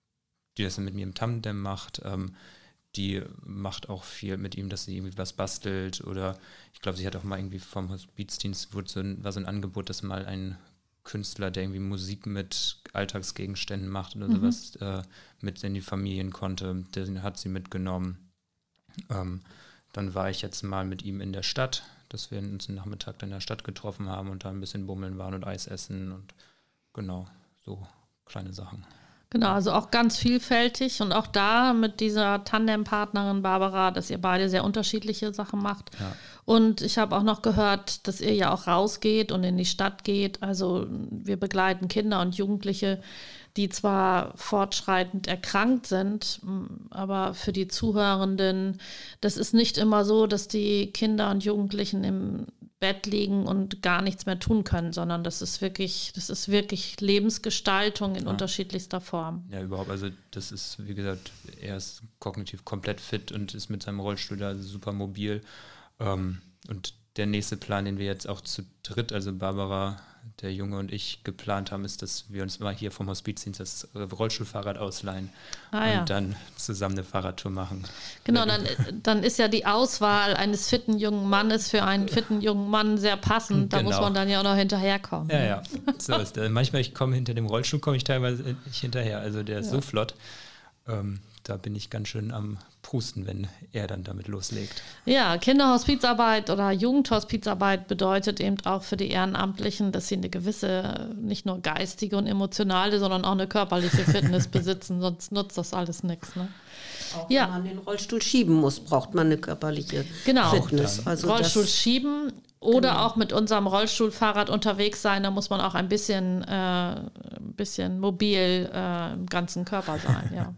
die das mit mir im Tandem macht, ähm, die macht auch viel mit ihm, dass sie irgendwie was bastelt oder ich glaube, sie hat auch mal irgendwie vom Hospizdienst, wurde so ein, war so ein Angebot, dass mal ein Künstler, der irgendwie Musik mit Alltagsgegenständen macht oder mhm. sowas, äh, mit in die Familien konnte, den hat sie mitgenommen. Ähm, dann war ich jetzt mal mit ihm in der Stadt, dass wir uns einen Nachmittag in der Stadt getroffen haben und da ein bisschen bummeln waren und Eis essen und genau, so kleine Sachen. Genau, also auch ganz vielfältig und auch da mit dieser Tandempartnerin Barbara, dass ihr beide sehr unterschiedliche Sachen macht. Ja. Und ich habe auch noch gehört, dass ihr ja auch rausgeht und in die Stadt geht. Also wir begleiten Kinder und Jugendliche, die zwar fortschreitend erkrankt sind, aber für die Zuhörenden, das ist nicht immer so, dass die Kinder und Jugendlichen im Bett liegen und gar nichts mehr tun können, sondern das ist wirklich, das ist wirklich Lebensgestaltung in ja. unterschiedlichster Form. Ja, überhaupt. Also das ist, wie gesagt, er ist kognitiv komplett fit und ist mit seinem Rollstuhl da super mobil. Ähm, und der nächste Plan, den wir jetzt auch zu dritt, also Barbara, der Junge und ich geplant haben, ist, dass wir uns mal hier vom Hospizdienst das Rollstuhlfahrrad ausleihen ah, und ja. dann zusammen eine Fahrradtour machen. Genau, dann, dann ist ja die Auswahl eines fitten jungen Mannes für einen fitten jungen Mann sehr passend. Da genau. muss man dann ja auch noch hinterherkommen. Ja, ja. So ist das. Manchmal ich komme hinter dem Rollstuhl, komme ich teilweise nicht hinterher. Also der ist ja. so flott. Ähm, da bin ich ganz schön am Prusten, wenn er dann damit loslegt. Ja, Kinderhospizarbeit oder Jugendhospizarbeit bedeutet eben auch für die Ehrenamtlichen, dass sie eine gewisse, nicht nur geistige und emotionale, sondern auch eine körperliche Fitness besitzen, sonst nutzt das alles nichts. Ne? Auch ja. wenn man den Rollstuhl schieben muss, braucht man eine körperliche genau. Fitness. Also Rollstuhl schieben oder genau. auch mit unserem Rollstuhlfahrrad unterwegs sein, da muss man auch ein bisschen, äh, ein bisschen mobil äh, im ganzen Körper sein, ja.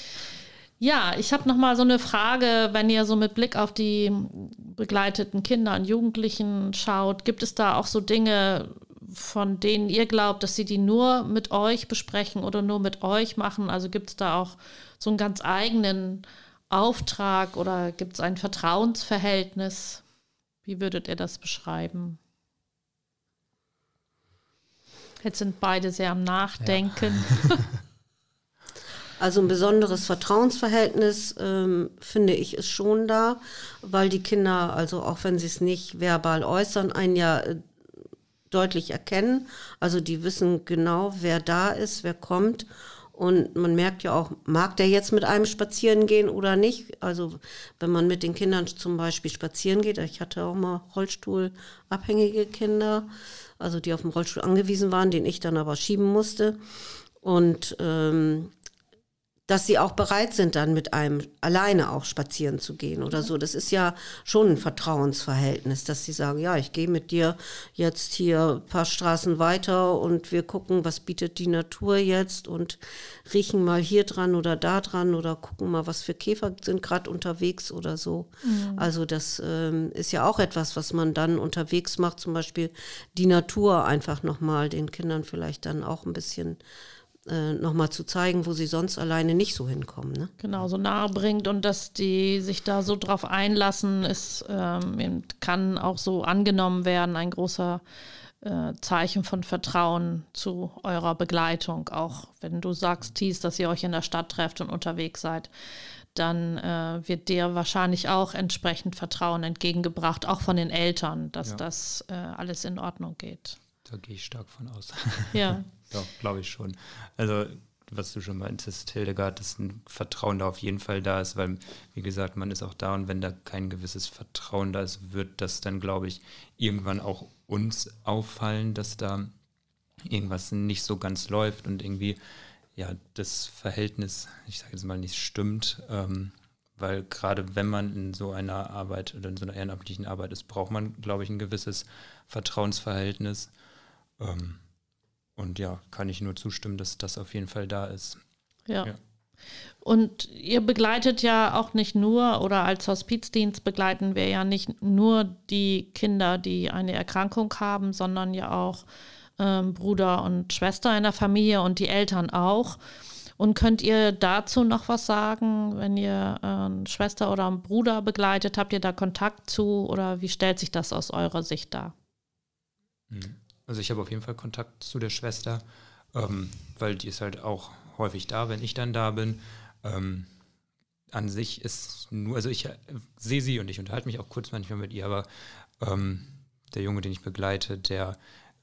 Ja, ich habe noch mal so eine Frage, wenn ihr so mit Blick auf die begleiteten Kinder und Jugendlichen schaut, gibt es da auch so Dinge, von denen ihr glaubt, dass sie die nur mit euch besprechen oder nur mit euch machen? Also gibt es da auch so einen ganz eigenen Auftrag oder gibt es ein Vertrauensverhältnis? Wie würdet ihr das beschreiben? Jetzt sind beide sehr am Nachdenken. Ja. Also ein besonderes Vertrauensverhältnis, ähm, finde ich, ist schon da, weil die Kinder, also auch wenn sie es nicht verbal äußern, einen ja äh, deutlich erkennen. Also die wissen genau, wer da ist, wer kommt. Und man merkt ja auch, mag der jetzt mit einem spazieren gehen oder nicht? Also wenn man mit den Kindern zum Beispiel spazieren geht, ich hatte auch mal rollstuhlabhängige Kinder, also die auf dem Rollstuhl angewiesen waren, den ich dann aber schieben musste. Und ähm, dass sie auch bereit sind, dann mit einem alleine auch spazieren zu gehen oder so. Das ist ja schon ein Vertrauensverhältnis, dass sie sagen, ja, ich gehe mit dir jetzt hier ein paar Straßen weiter und wir gucken, was bietet die Natur jetzt und riechen mal hier dran oder da dran oder gucken mal, was für Käfer sind gerade unterwegs oder so. Mhm. Also das ähm, ist ja auch etwas, was man dann unterwegs macht, zum Beispiel die Natur einfach nochmal den Kindern vielleicht dann auch ein bisschen Äh, nochmal zu zeigen, wo sie sonst alleine nicht so hinkommen. Ne? Genau, so nahe bringt und dass die sich da so drauf einlassen, ist, ähm, kann auch so angenommen werden, ein großer äh, Zeichen von Vertrauen zu eurer Begleitung. Auch wenn du sagst, Thies, dass ihr euch in der Stadt trefft und unterwegs seid, dann äh, wird dir wahrscheinlich auch entsprechend Vertrauen entgegengebracht, auch von den Eltern, dass ja. das äh, alles in Ordnung geht. Da gehe ich stark von aus. Ja. Ja, glaube ich schon. Also, was du schon meintest, Hildegard, dass ein Vertrauen da auf jeden Fall da ist, weil, wie gesagt, man ist auch da und wenn da kein gewisses Vertrauen da ist, wird das dann, glaube ich, irgendwann auch uns auffallen, dass da irgendwas nicht so ganz läuft und irgendwie, ja, das Verhältnis, ich sage jetzt mal, nicht stimmt, ähm, weil gerade wenn man in so einer Arbeit oder in so einer ehrenamtlichen Arbeit ist, braucht man, glaube ich, ein gewisses Vertrauensverhältnis. Ähm, Und ja, kann ich nur zustimmen, dass das auf jeden Fall da ist. Ja. ja. Und ihr begleitet ja auch nicht nur, oder als Hospizdienst begleiten wir ja nicht nur die Kinder, die eine Erkrankung haben, sondern ja auch ähm, Bruder und Schwester in der Familie und die Eltern auch. Und könnt ihr dazu noch was sagen, wenn ihr äh, eine Schwester oder einen Bruder begleitet? Habt ihr da Kontakt zu oder wie stellt sich das aus eurer Sicht dar? Mhm. Also ich habe auf jeden Fall Kontakt zu der Schwester, ähm, weil die ist halt auch häufig da, wenn ich dann da bin. Ähm, an sich ist nur, also ich äh, sehe sie und ich unterhalte mich auch kurz manchmal mit ihr, aber ähm, der Junge, den ich begleite, der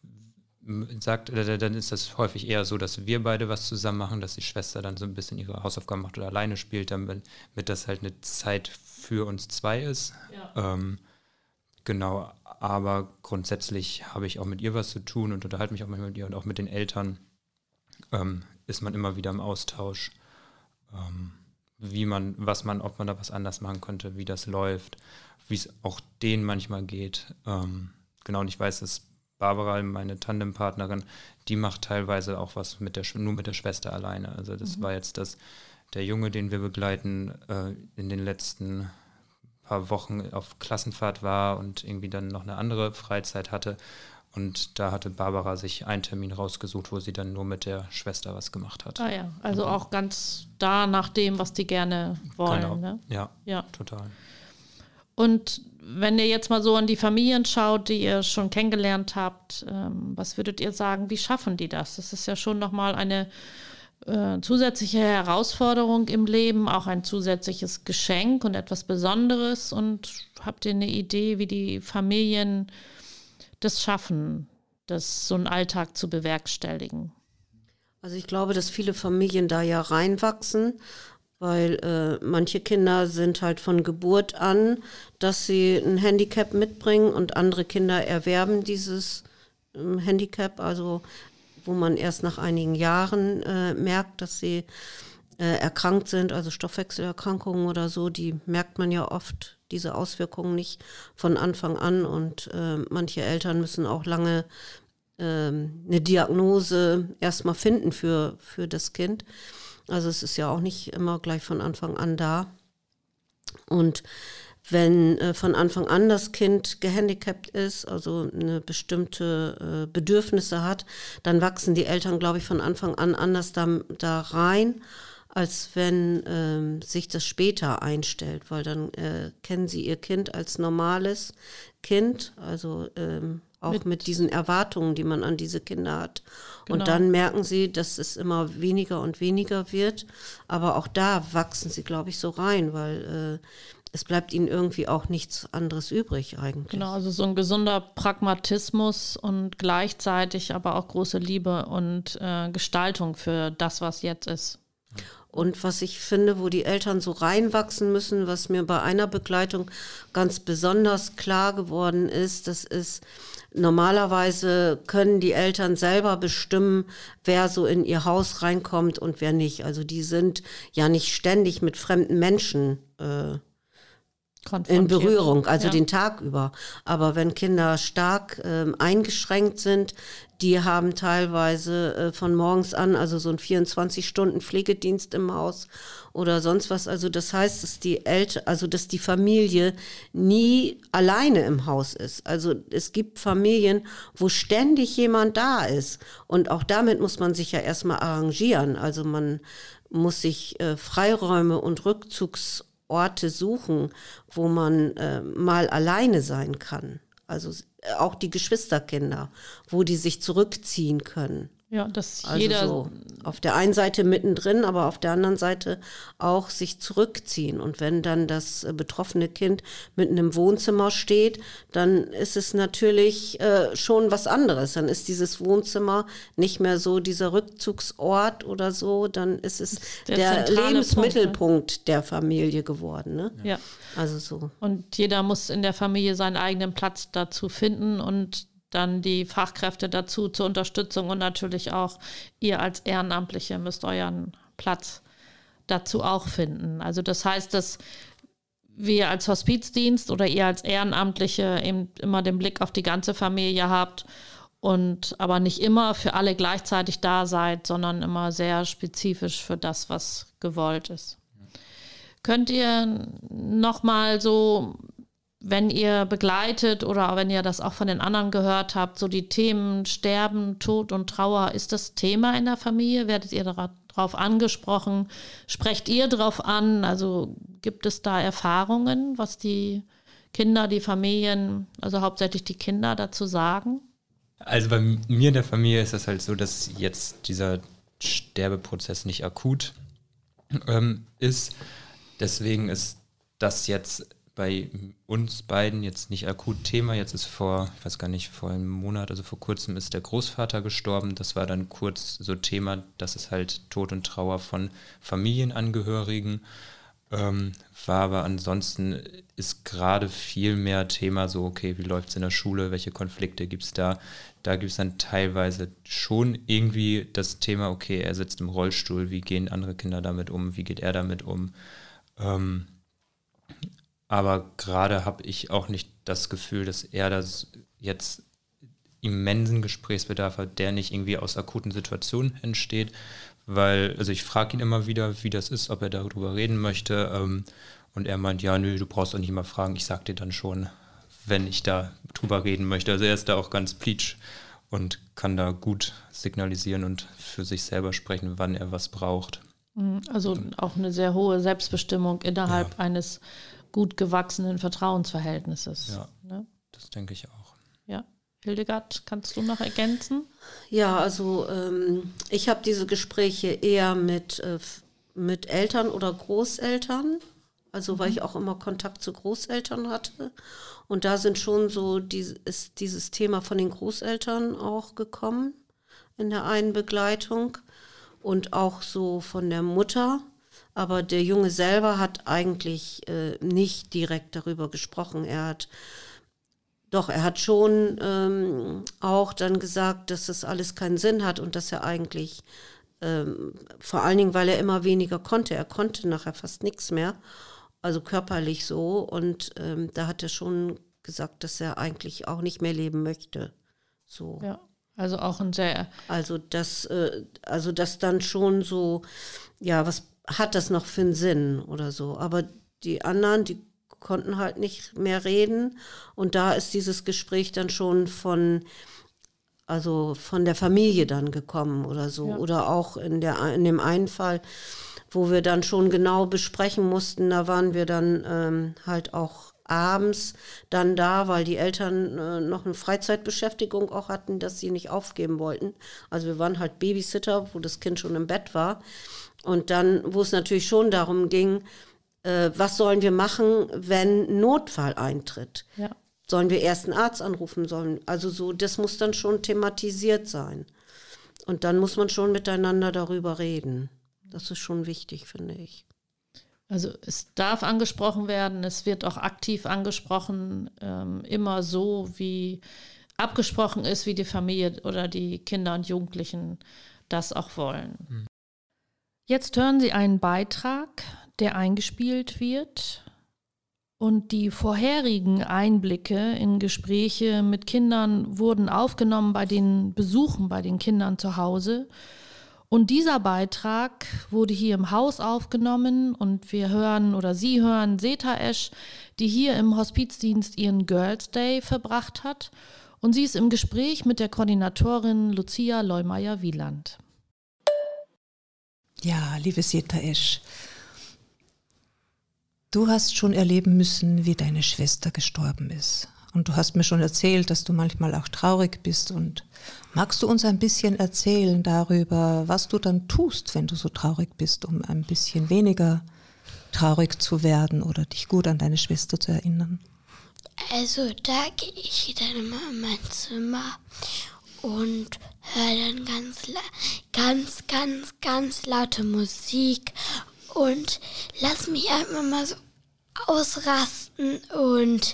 sagt, oder dann ist das häufig eher so, dass wir beide was zusammen machen, dass die Schwester dann so ein bisschen ihre Hausaufgaben macht oder alleine spielt, damit das halt eine Zeit für uns zwei ist. Ja. Ähm, genau, aber grundsätzlich habe ich auch mit ihr was zu tun und unterhalte mich auch manchmal mit ihr und auch mit den Eltern ähm, ist man immer wieder im Austausch, ähm, wie man, was man, ob man da was anders machen könnte, wie das läuft, wie es auch denen manchmal geht. Ähm, genau, und ich weiß, dass Barbara, meine Tandempartnerin, die macht teilweise auch was mit der, nur mit der Schwester alleine. Also das mhm. war jetzt das, der Junge, den wir begleiten, äh, in den letzten paar Wochen auf Klassenfahrt war und irgendwie dann noch eine andere Freizeit hatte. Und da hatte Barbara sich einen Termin rausgesucht, wo sie dann nur mit der Schwester was gemacht hat. Ah ja, also mhm. auch ganz da nach dem, was die gerne wollen. Genau, ne? ja, ja, total. Und wenn ihr jetzt mal so an die Familien schaut, die ihr schon kennengelernt habt, ähm, was würdet ihr sagen, wie schaffen die das? Das ist ja schon nochmal eine äh, zusätzliche Herausforderung im Leben, auch ein zusätzliches Geschenk und etwas Besonderes. Und habt ihr eine Idee, wie die Familien das schaffen, das so einen Alltag zu bewerkstelligen? Also ich glaube, dass viele Familien da ja reinwachsen, weil äh, manche Kinder sind halt von Geburt an, dass sie ein Handicap mitbringen und andere Kinder erwerben dieses ähm, Handicap, also wo man erst nach einigen Jahren äh, merkt, dass sie äh, erkrankt sind, also Stoffwechselerkrankungen oder so, die merkt man ja oft, diese Auswirkungen nicht von Anfang an und äh, manche Eltern müssen auch lange äh, eine Diagnose erstmal finden für, für das Kind. Also es ist ja auch nicht immer gleich von Anfang an da. Und wenn äh, von Anfang an das Kind gehandicapt ist, also eine bestimmte äh, Bedürfnisse hat, dann wachsen die Eltern, glaube ich, von Anfang an anders da, da rein, als wenn ähm, sich das später einstellt, weil dann äh, kennen sie ihr Kind als normales Kind, also ähm, auch mit, mit diesen Erwartungen, die man an diese Kinder hat. Genau. Und dann merken sie, dass es immer weniger und weniger wird. Aber auch da wachsen sie, glaube ich, so rein, weil äh, es bleibt ihnen irgendwie auch nichts anderes übrig eigentlich. Genau, also so ein gesunder Pragmatismus und gleichzeitig aber auch große Liebe und äh, Gestaltung für das, was jetzt ist. Und was ich finde, wo die Eltern so reinwachsen müssen, was mir bei einer Begleitung ganz besonders klar geworden ist, das ist, normalerweise können die Eltern selber bestimmen, wer so in ihr Haus reinkommt und wer nicht. Also die sind ja nicht ständig mit fremden Menschen äh, in Berührung, also ja. den Tag über. Aber wenn Kinder stark äh, eingeschränkt sind, die haben teilweise äh, von morgens an, also so ein vierundzwanzig Stunden Pflegedienst im Haus oder sonst was. Also das heißt, dass die Eltern, also dass die Familie nie alleine im Haus ist. Also es gibt Familien, wo ständig jemand da ist. Und auch damit muss man sich ja erstmal arrangieren. Also man muss sich äh, Freiräume und Rückzugs Orte suchen, wo man äh, mal alleine sein kann. Also auch die Geschwisterkinder, wo die sich zurückziehen können. Ja, dass also jeder so auf der einen Seite mittendrin, aber auf der anderen Seite auch sich zurückziehen. Und wenn dann das äh, betroffene Kind mitten im Wohnzimmer steht, dann ist es natürlich äh, schon was anderes. Dann ist dieses Wohnzimmer nicht mehr so dieser Rückzugsort oder so, dann ist es der, der Lebensmittelpunkt Punkt, ne? der Familie geworden. Ne? Ja. Also so. Und jeder muss in der Familie seinen eigenen Platz dazu finden und dann die Fachkräfte dazu zur Unterstützung und natürlich auch ihr als Ehrenamtliche müsst euren Platz dazu auch finden. Also das heißt, dass wir als Hospizdienst oder ihr als Ehrenamtliche eben immer den Blick auf die ganze Familie habt und aber nicht immer für alle gleichzeitig da seid, sondern immer sehr spezifisch für das, was gewollt ist. Könnt ihr nochmal so, wenn ihr begleitet oder wenn ihr das auch von den anderen gehört habt, so die Themen Sterben, Tod und Trauer, ist das Thema in der Familie? Werdet ihr darauf angesprochen? Sprecht ihr darauf an? Also gibt es da Erfahrungen, was die Kinder, die Familien, also hauptsächlich die Kinder dazu sagen? Also bei mir in der Familie ist das halt so, dass jetzt dieser Sterbeprozess nicht akut ähm, ist. Deswegen ist das jetzt bei uns beiden jetzt nicht akut Thema. Jetzt ist vor, ich weiß gar nicht, vor einem Monat, also vor kurzem ist der Großvater gestorben. Das war dann kurz so Thema, dass es halt Tod und Trauer von Familienangehörigen ähm, war. Aber ansonsten ist gerade viel mehr Thema so, okay, wie läuft es in der Schule, welche Konflikte gibt es da? Da gibt es dann teilweise schon irgendwie das Thema, okay, er sitzt im Rollstuhl, wie gehen andere Kinder damit um, wie geht er damit um? Ähm, Aber gerade habe ich auch nicht das Gefühl, dass er das jetzt immensen Gesprächsbedarf hat, der nicht irgendwie aus akuten Situationen entsteht, weil, also ich frage ihn immer wieder, wie das ist, ob er darüber reden möchte ähm, und er meint, ja, nö, du brauchst auch nicht mal fragen, ich sag dir dann schon, wenn ich da drüber reden möchte. Also er ist da auch ganz pleatsch und kann da gut signalisieren und für sich selber sprechen, wann er was braucht. Also auch eine sehr hohe Selbstbestimmung innerhalb ja. eines gut gewachsenen Vertrauensverhältnisses. Ja, ne? Das denke ich auch. Ja. Hildegard, kannst du noch ergänzen? Ja, also ähm, ich habe diese Gespräche eher mit, äh, mit Eltern oder Großeltern, also mhm. weil ich auch immer Kontakt zu Großeltern hatte. Und da sind schon so, die, ist dieses Thema von den Großeltern auch gekommen in der einen Begleitung und auch so von der Mutter. Aber der Junge selber hat eigentlich äh, nicht direkt darüber gesprochen. Er hat, doch, er hat schon ähm, auch dann gesagt, dass das alles keinen Sinn hat und dass er eigentlich, ähm, vor allen Dingen, weil er immer weniger konnte. Er konnte nachher fast nichts mehr, also körperlich so. Und ähm, da hat er schon gesagt, dass er eigentlich auch nicht mehr leben möchte. So. Ja, also auch ein sehr... Also das, äh, also das dann schon so, ja, was hat das noch für einen Sinn oder so. Aber die anderen, die konnten halt nicht mehr reden. Und da ist dieses Gespräch dann schon von, also von der Familie dann gekommen oder so. Ja. Oder auch in, der, in dem einen Fall, wo wir dann schon genau besprechen mussten, da waren wir dann ähm, halt auch abends dann da, weil die Eltern äh, noch eine Freizeitbeschäftigung auch hatten, dass sie nicht aufgeben wollten. Also wir waren halt Babysitter, wo das Kind schon im Bett war. Und dann, wo es natürlich schon darum ging, äh, was sollen wir machen, wenn ein Notfall eintritt? Ja. Sollen wir erst einen Arzt anrufen? Sollen, also so, das muss dann schon thematisiert sein. Und dann muss man schon miteinander darüber reden. Das ist schon wichtig, finde ich. Also es darf angesprochen werden, es wird auch aktiv angesprochen, ähm, immer so, wie abgesprochen ist, wie die Familie oder die Kinder und Jugendlichen das auch wollen. Mhm. Jetzt hören Sie einen Beitrag, der eingespielt wird, und die vorherigen Einblicke in Gespräche mit Kindern wurden aufgenommen bei den Besuchen bei den Kindern zu Hause. Und dieser Beitrag wurde hier im Haus aufgenommen und wir hören oder Sie hören Seta Esch, die hier im Hospizdienst ihren Girls Day verbracht hat. Und sie ist im Gespräch mit der Koordinatorin Lucia Leumeier-Wieland. Ja, liebe Seta Esch, du hast schon erleben müssen, wie deine Schwester gestorben ist. Und du hast mir schon erzählt, dass du manchmal auch traurig bist. Und magst du uns ein bisschen erzählen darüber, was du dann tust, wenn du so traurig bist, um ein bisschen weniger traurig zu werden oder dich gut an deine Schwester zu erinnern? Also da gehe ich dann immer in mein Zimmer und höre dann ganz, ganz, ganz, ganz laute Musik und lass mich einfach mal so ausrasten und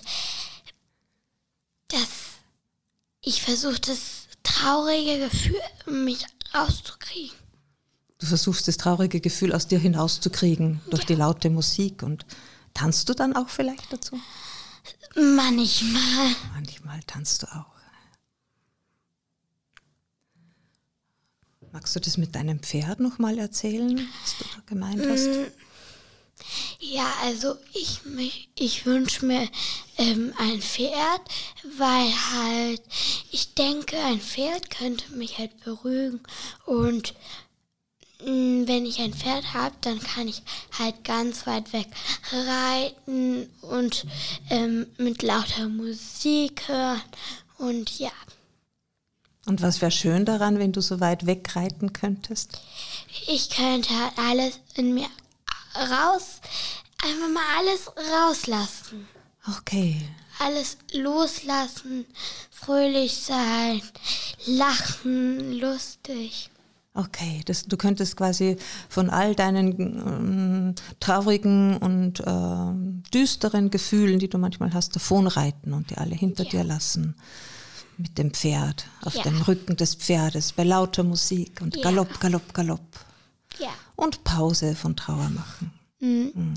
das, ich versuche das traurige Gefühl in mich rauszukriegen. Du versuchst das traurige Gefühl aus dir hinauszukriegen durch ja. die laute Musik. Und tanzt du dann auch vielleicht dazu? Manchmal. Manchmal tanzt du auch. Magst du das mit deinem Pferd nochmal erzählen, was du da gemeint hast? Ja, also ich, mich, ich wünsche mir ähm, ein Pferd, weil halt, ich denke, ein Pferd könnte mich halt beruhigen und mh, wenn ich ein Pferd habe, dann kann ich halt ganz weit weg reiten und ähm, mit lauter Musik hören und ja. Und was wäre schön daran, wenn du so weit weg reiten könntest? Ich könnte halt alles in mir raus, einfach mal alles rauslassen. Okay. Alles loslassen, fröhlich sein, lachen, lustig. Okay, das, du könntest quasi von all deinen äh, traurigen und äh, düsteren Gefühlen, die du manchmal hast, davonreiten und die alle hinter ja. dir lassen. Mit dem Pferd, auf ja. dem Rücken des Pferdes, bei lauter Musik und ja. Galopp, Galopp, Galopp. Ja. Und Pause von Trauer machen. Mhm. Mhm.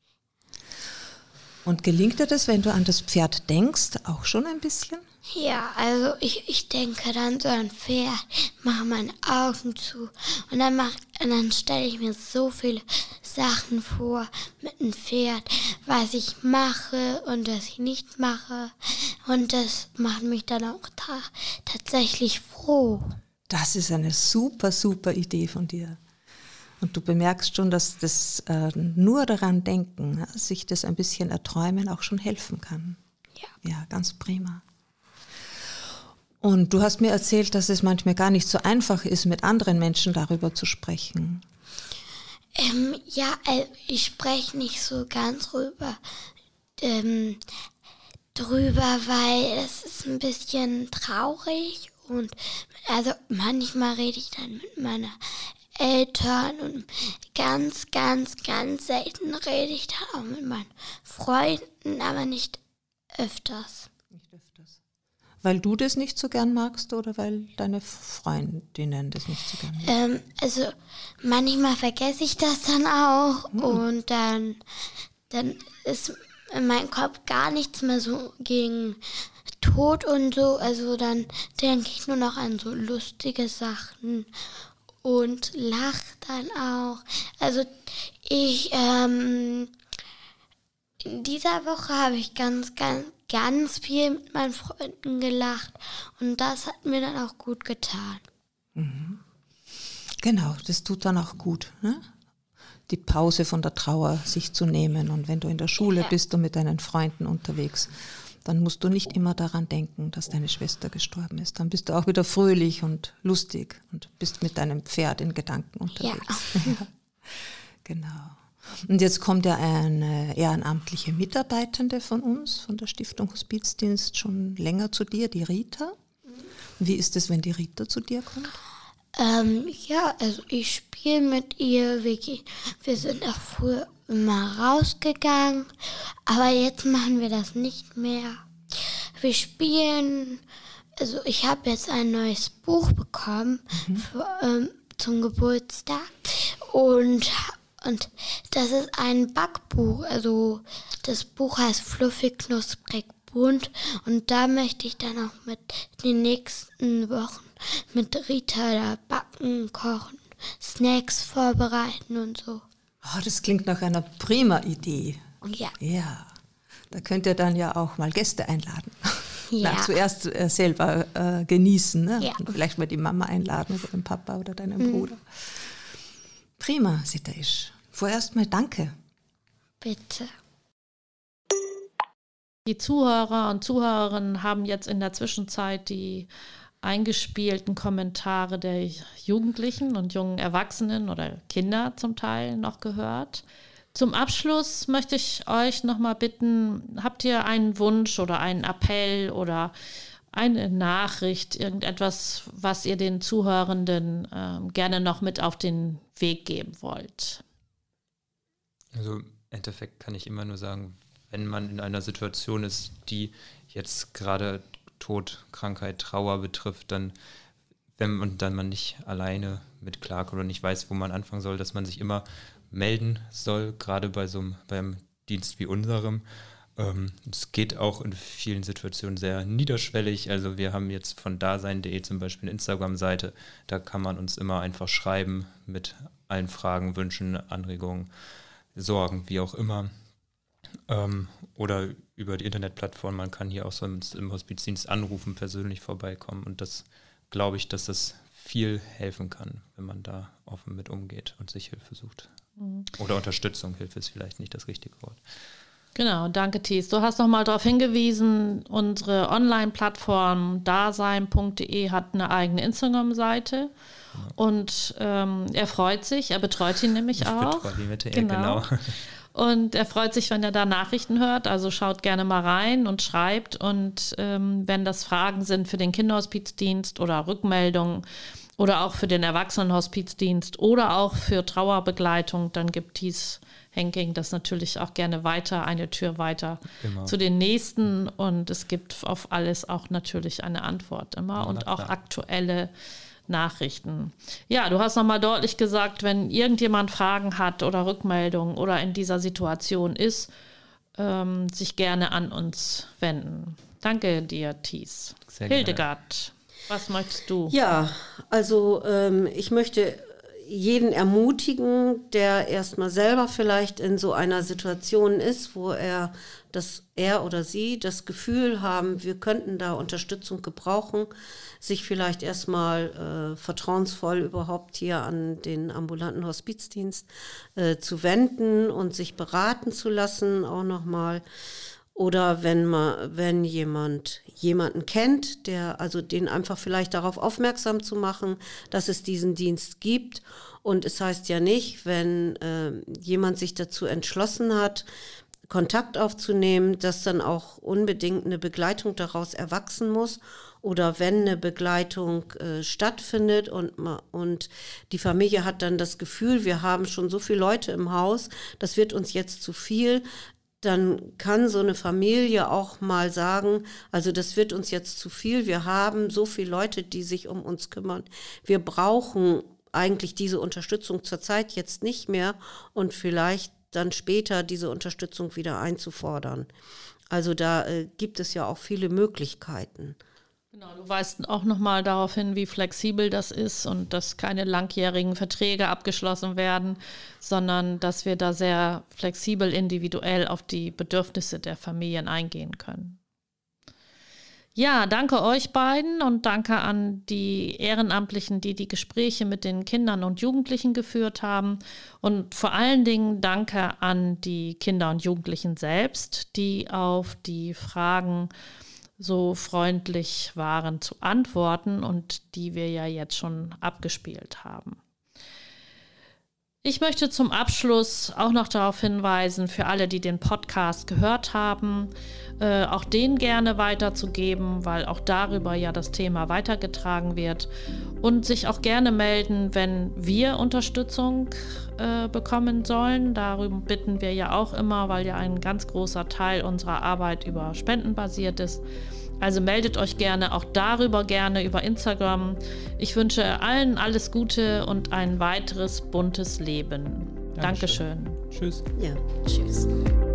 Und gelingt dir das, wenn du an das Pferd denkst, auch schon ein bisschen? Ja, also ich, ich denke dann so an Pferd, mache meine Augen zu und dann, mach, und dann stelle ich mir so viele Sachen vor mit dem Pferd, was ich mache und was ich nicht mache. Und das macht mich dann auch ta- tatsächlich froh. Das ist eine super, super Idee von dir. Und du bemerkst schon, dass das äh, nur daran denken, sich das ein bisschen erträumen, auch schon helfen kann. Ja. Ja, ganz prima. Und du hast mir erzählt, dass es manchmal gar nicht so einfach ist, mit anderen Menschen darüber zu sprechen. Ähm, ja, also ich spreche nicht so ganz drüber, ähm, drüber, weil es ist ein bisschen traurig und also manchmal rede ich dann mit meiner Eltern und ganz, ganz, ganz selten rede ich dann auch mit meinen Freunden, aber nicht öfters. Nicht öfters. Weil du das nicht so gern magst oder weil deine Freundinnen das nicht so gern mögen? Ähm, also manchmal vergesse ich das dann auch hm. und dann, dann ist in meinem Kopf gar nichts mehr so gegen Tod und so. Also dann denke ich nur noch an so lustige Sachen und lache dann auch. Also ich, ähm, in dieser Woche habe ich ganz, ganz, ganz viel mit meinen Freunden gelacht und das hat mir dann auch gut getan. Mhm. Genau, das tut dann auch gut, ne? Die Pause von der Trauer sich zu nehmen und wenn du in der Schule ja. bist und mit deinen Freunden unterwegs, dann musst du nicht immer daran denken, dass deine Schwester gestorben ist. Dann bist du auch wieder fröhlich und lustig und bist mit deinem Pferd in Gedanken unterwegs. Ja. Ja. Genau. Und jetzt kommt ja eine ehrenamtliche Mitarbeitende von uns, von der Stiftung Hospizdienst, schon länger zu dir, die Rita. Wie ist es, wenn die Rita zu dir kommt? Ähm, ja, also ich spiele mit ihr. Wir, gehen, wir sind auch früher immer rausgegangen, aber jetzt machen wir das nicht mehr. Wir spielen, also ich habe jetzt ein neues Buch bekommen mhm. für, ähm, zum Geburtstag und, und das ist ein Backbuch. Also das Buch heißt Fluffig, Knusprig, Bunt und da möchte ich dann auch mit den nächsten Wochen mit Rita da backen, kochen, Snacks vorbereiten und so. Oh, das klingt nach einer prima Idee. Ja. Ja, da könnt ihr dann ja auch mal Gäste einladen. Ja. Na, zuerst äh, selber äh, genießen, ne? Ja. Und vielleicht mal die Mama einladen oder den Papa oder deinen mhm. Bruder. Prima, Sitaish. Vorerst mal danke. Bitte. Die Zuhörer und Zuhörerinnen haben jetzt in der Zwischenzeit die eingespielten Kommentare der Jugendlichen und jungen Erwachsenen oder Kinder zum Teil noch gehört. Zum Abschluss möchte ich euch noch mal bitten, habt ihr einen Wunsch oder einen Appell oder eine Nachricht, irgendetwas, was ihr den Zuhörenden äh, gerne noch mit auf den Weg geben wollt? Also im Endeffekt kann ich immer nur sagen, wenn man in einer Situation ist, die jetzt gerade Tod, Krankheit, Trauer betrifft, dann, wenn und dann man nicht alleine mit klarkommt oder nicht weiß, wo man anfangen soll, dass man sich immer melden soll, gerade bei so einem beim Dienst wie unserem. Ähm, es geht auch in vielen Situationen sehr niederschwellig. Also wir haben jetzt von dasein punkt de zum Beispiel eine Instagram-Seite, da kann man uns immer einfach schreiben mit allen Fragen, Wünschen, Anregungen, Sorgen, wie auch immer. Ähm, oder über die Internetplattform, man kann hier auch sonst im Hospizdienst anrufen, persönlich vorbeikommen und das glaube ich, dass das viel helfen kann, wenn man da offen mit umgeht und sich Hilfe sucht. Mhm. Oder Unterstützung, Hilfe ist vielleicht nicht das richtige Wort. Genau, danke Thies. Du hast noch mal darauf hingewiesen, unsere Online-Plattform dasein punkt de hat eine eigene Instagram-Seite. Genau. Und ähm, er freut sich, er betreut ihn nämlich ich auch. Betreue die mit der genau. genau. Und er freut sich, wenn er da Nachrichten hört, also schaut gerne mal rein und schreibt. Und ähm, wenn das Fragen sind für den Kinderhospizdienst oder Rückmeldungen oder auch für den Erwachsenenhospizdienst oder auch für Trauerbegleitung, dann gibt Thies Henking das natürlich auch gerne weiter, eine Tür weiter immer zu den Nächsten. Und es gibt auf alles auch natürlich eine Antwort immer ja, und auch aktuelle Nachrichten. Ja, du hast nochmal deutlich gesagt, wenn irgendjemand Fragen hat oder Rückmeldungen oder in dieser Situation ist, ähm, sich gerne an uns wenden. Danke dir, Thies. Sehr Hildegard, was möchtest du? Ja, also ähm, ich möchte jeden ermutigen, der erstmal selber vielleicht in so einer Situation ist, wo er, dass er oder sie das Gefühl haben, wir könnten da Unterstützung gebrauchen, sich vielleicht erstmal äh, vertrauensvoll überhaupt hier an den ambulanten Hospizdienst äh, zu wenden und sich beraten zu lassen, auch nochmal. Oder wenn man, wenn jemand jemanden kennt, der, also den einfach vielleicht darauf aufmerksam zu machen, dass es diesen Dienst gibt. Und es heißt ja nicht, wenn äh, jemand sich dazu entschlossen hat, Kontakt aufzunehmen, dass dann auch unbedingt eine Begleitung daraus erwachsen muss. Oder wenn eine Begleitung äh, stattfindet und, und die Familie hat dann das Gefühl, wir haben schon so viele Leute im Haus, das wird uns jetzt zu viel, dann kann so eine Familie auch mal sagen, also das wird uns jetzt zu viel, wir haben so viele Leute, die sich um uns kümmern. Wir brauchen eigentlich diese Unterstützung zurzeit jetzt nicht mehr und vielleicht dann später diese Unterstützung wieder einzufordern. Also da äh, gibt es ja auch viele Möglichkeiten. Genau, du weist auch nochmal darauf hin, wie flexibel das ist und dass keine langjährigen Verträge abgeschlossen werden, sondern dass wir da sehr flexibel individuell auf die Bedürfnisse der Familien eingehen können. Ja, danke euch beiden und danke an die Ehrenamtlichen, die die Gespräche mit den Kindern und Jugendlichen geführt haben und vor allen Dingen danke an die Kinder und Jugendlichen selbst, die auf die Fragen so freundlich waren zu antworten und die wir ja jetzt schon abgespielt haben. Ich möchte zum Abschluss auch noch darauf hinweisen, für alle, die den Podcast gehört haben, äh, auch den gerne weiterzugeben, weil auch darüber ja das Thema weitergetragen wird, und sich auch gerne melden, wenn wir Unterstützung äh, bekommen sollen. Darum bitten wir ja auch immer, weil ja ein ganz großer Teil unserer Arbeit über Spenden basiert ist. Also meldet euch gerne, auch darüber gerne über Instagram. Ich wünsche allen alles Gute und ein weiteres buntes Leben. Dankeschön. Dankeschön. Tschüss. Ja, tschüss.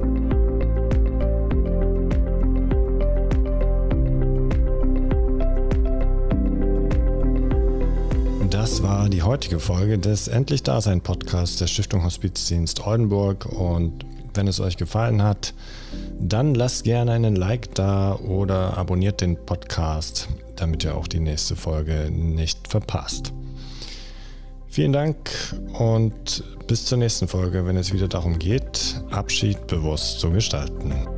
Das war die heutige Folge des Endlich Dasein Podcasts der Stiftung Hospizdienst Oldenburg, und wenn es euch gefallen hat, dann lasst gerne einen Like da oder abonniert den Podcast, damit ihr auch die nächste Folge nicht verpasst. Vielen Dank und bis zur nächsten Folge, wenn es wieder darum geht, Abschied bewusst zu gestalten.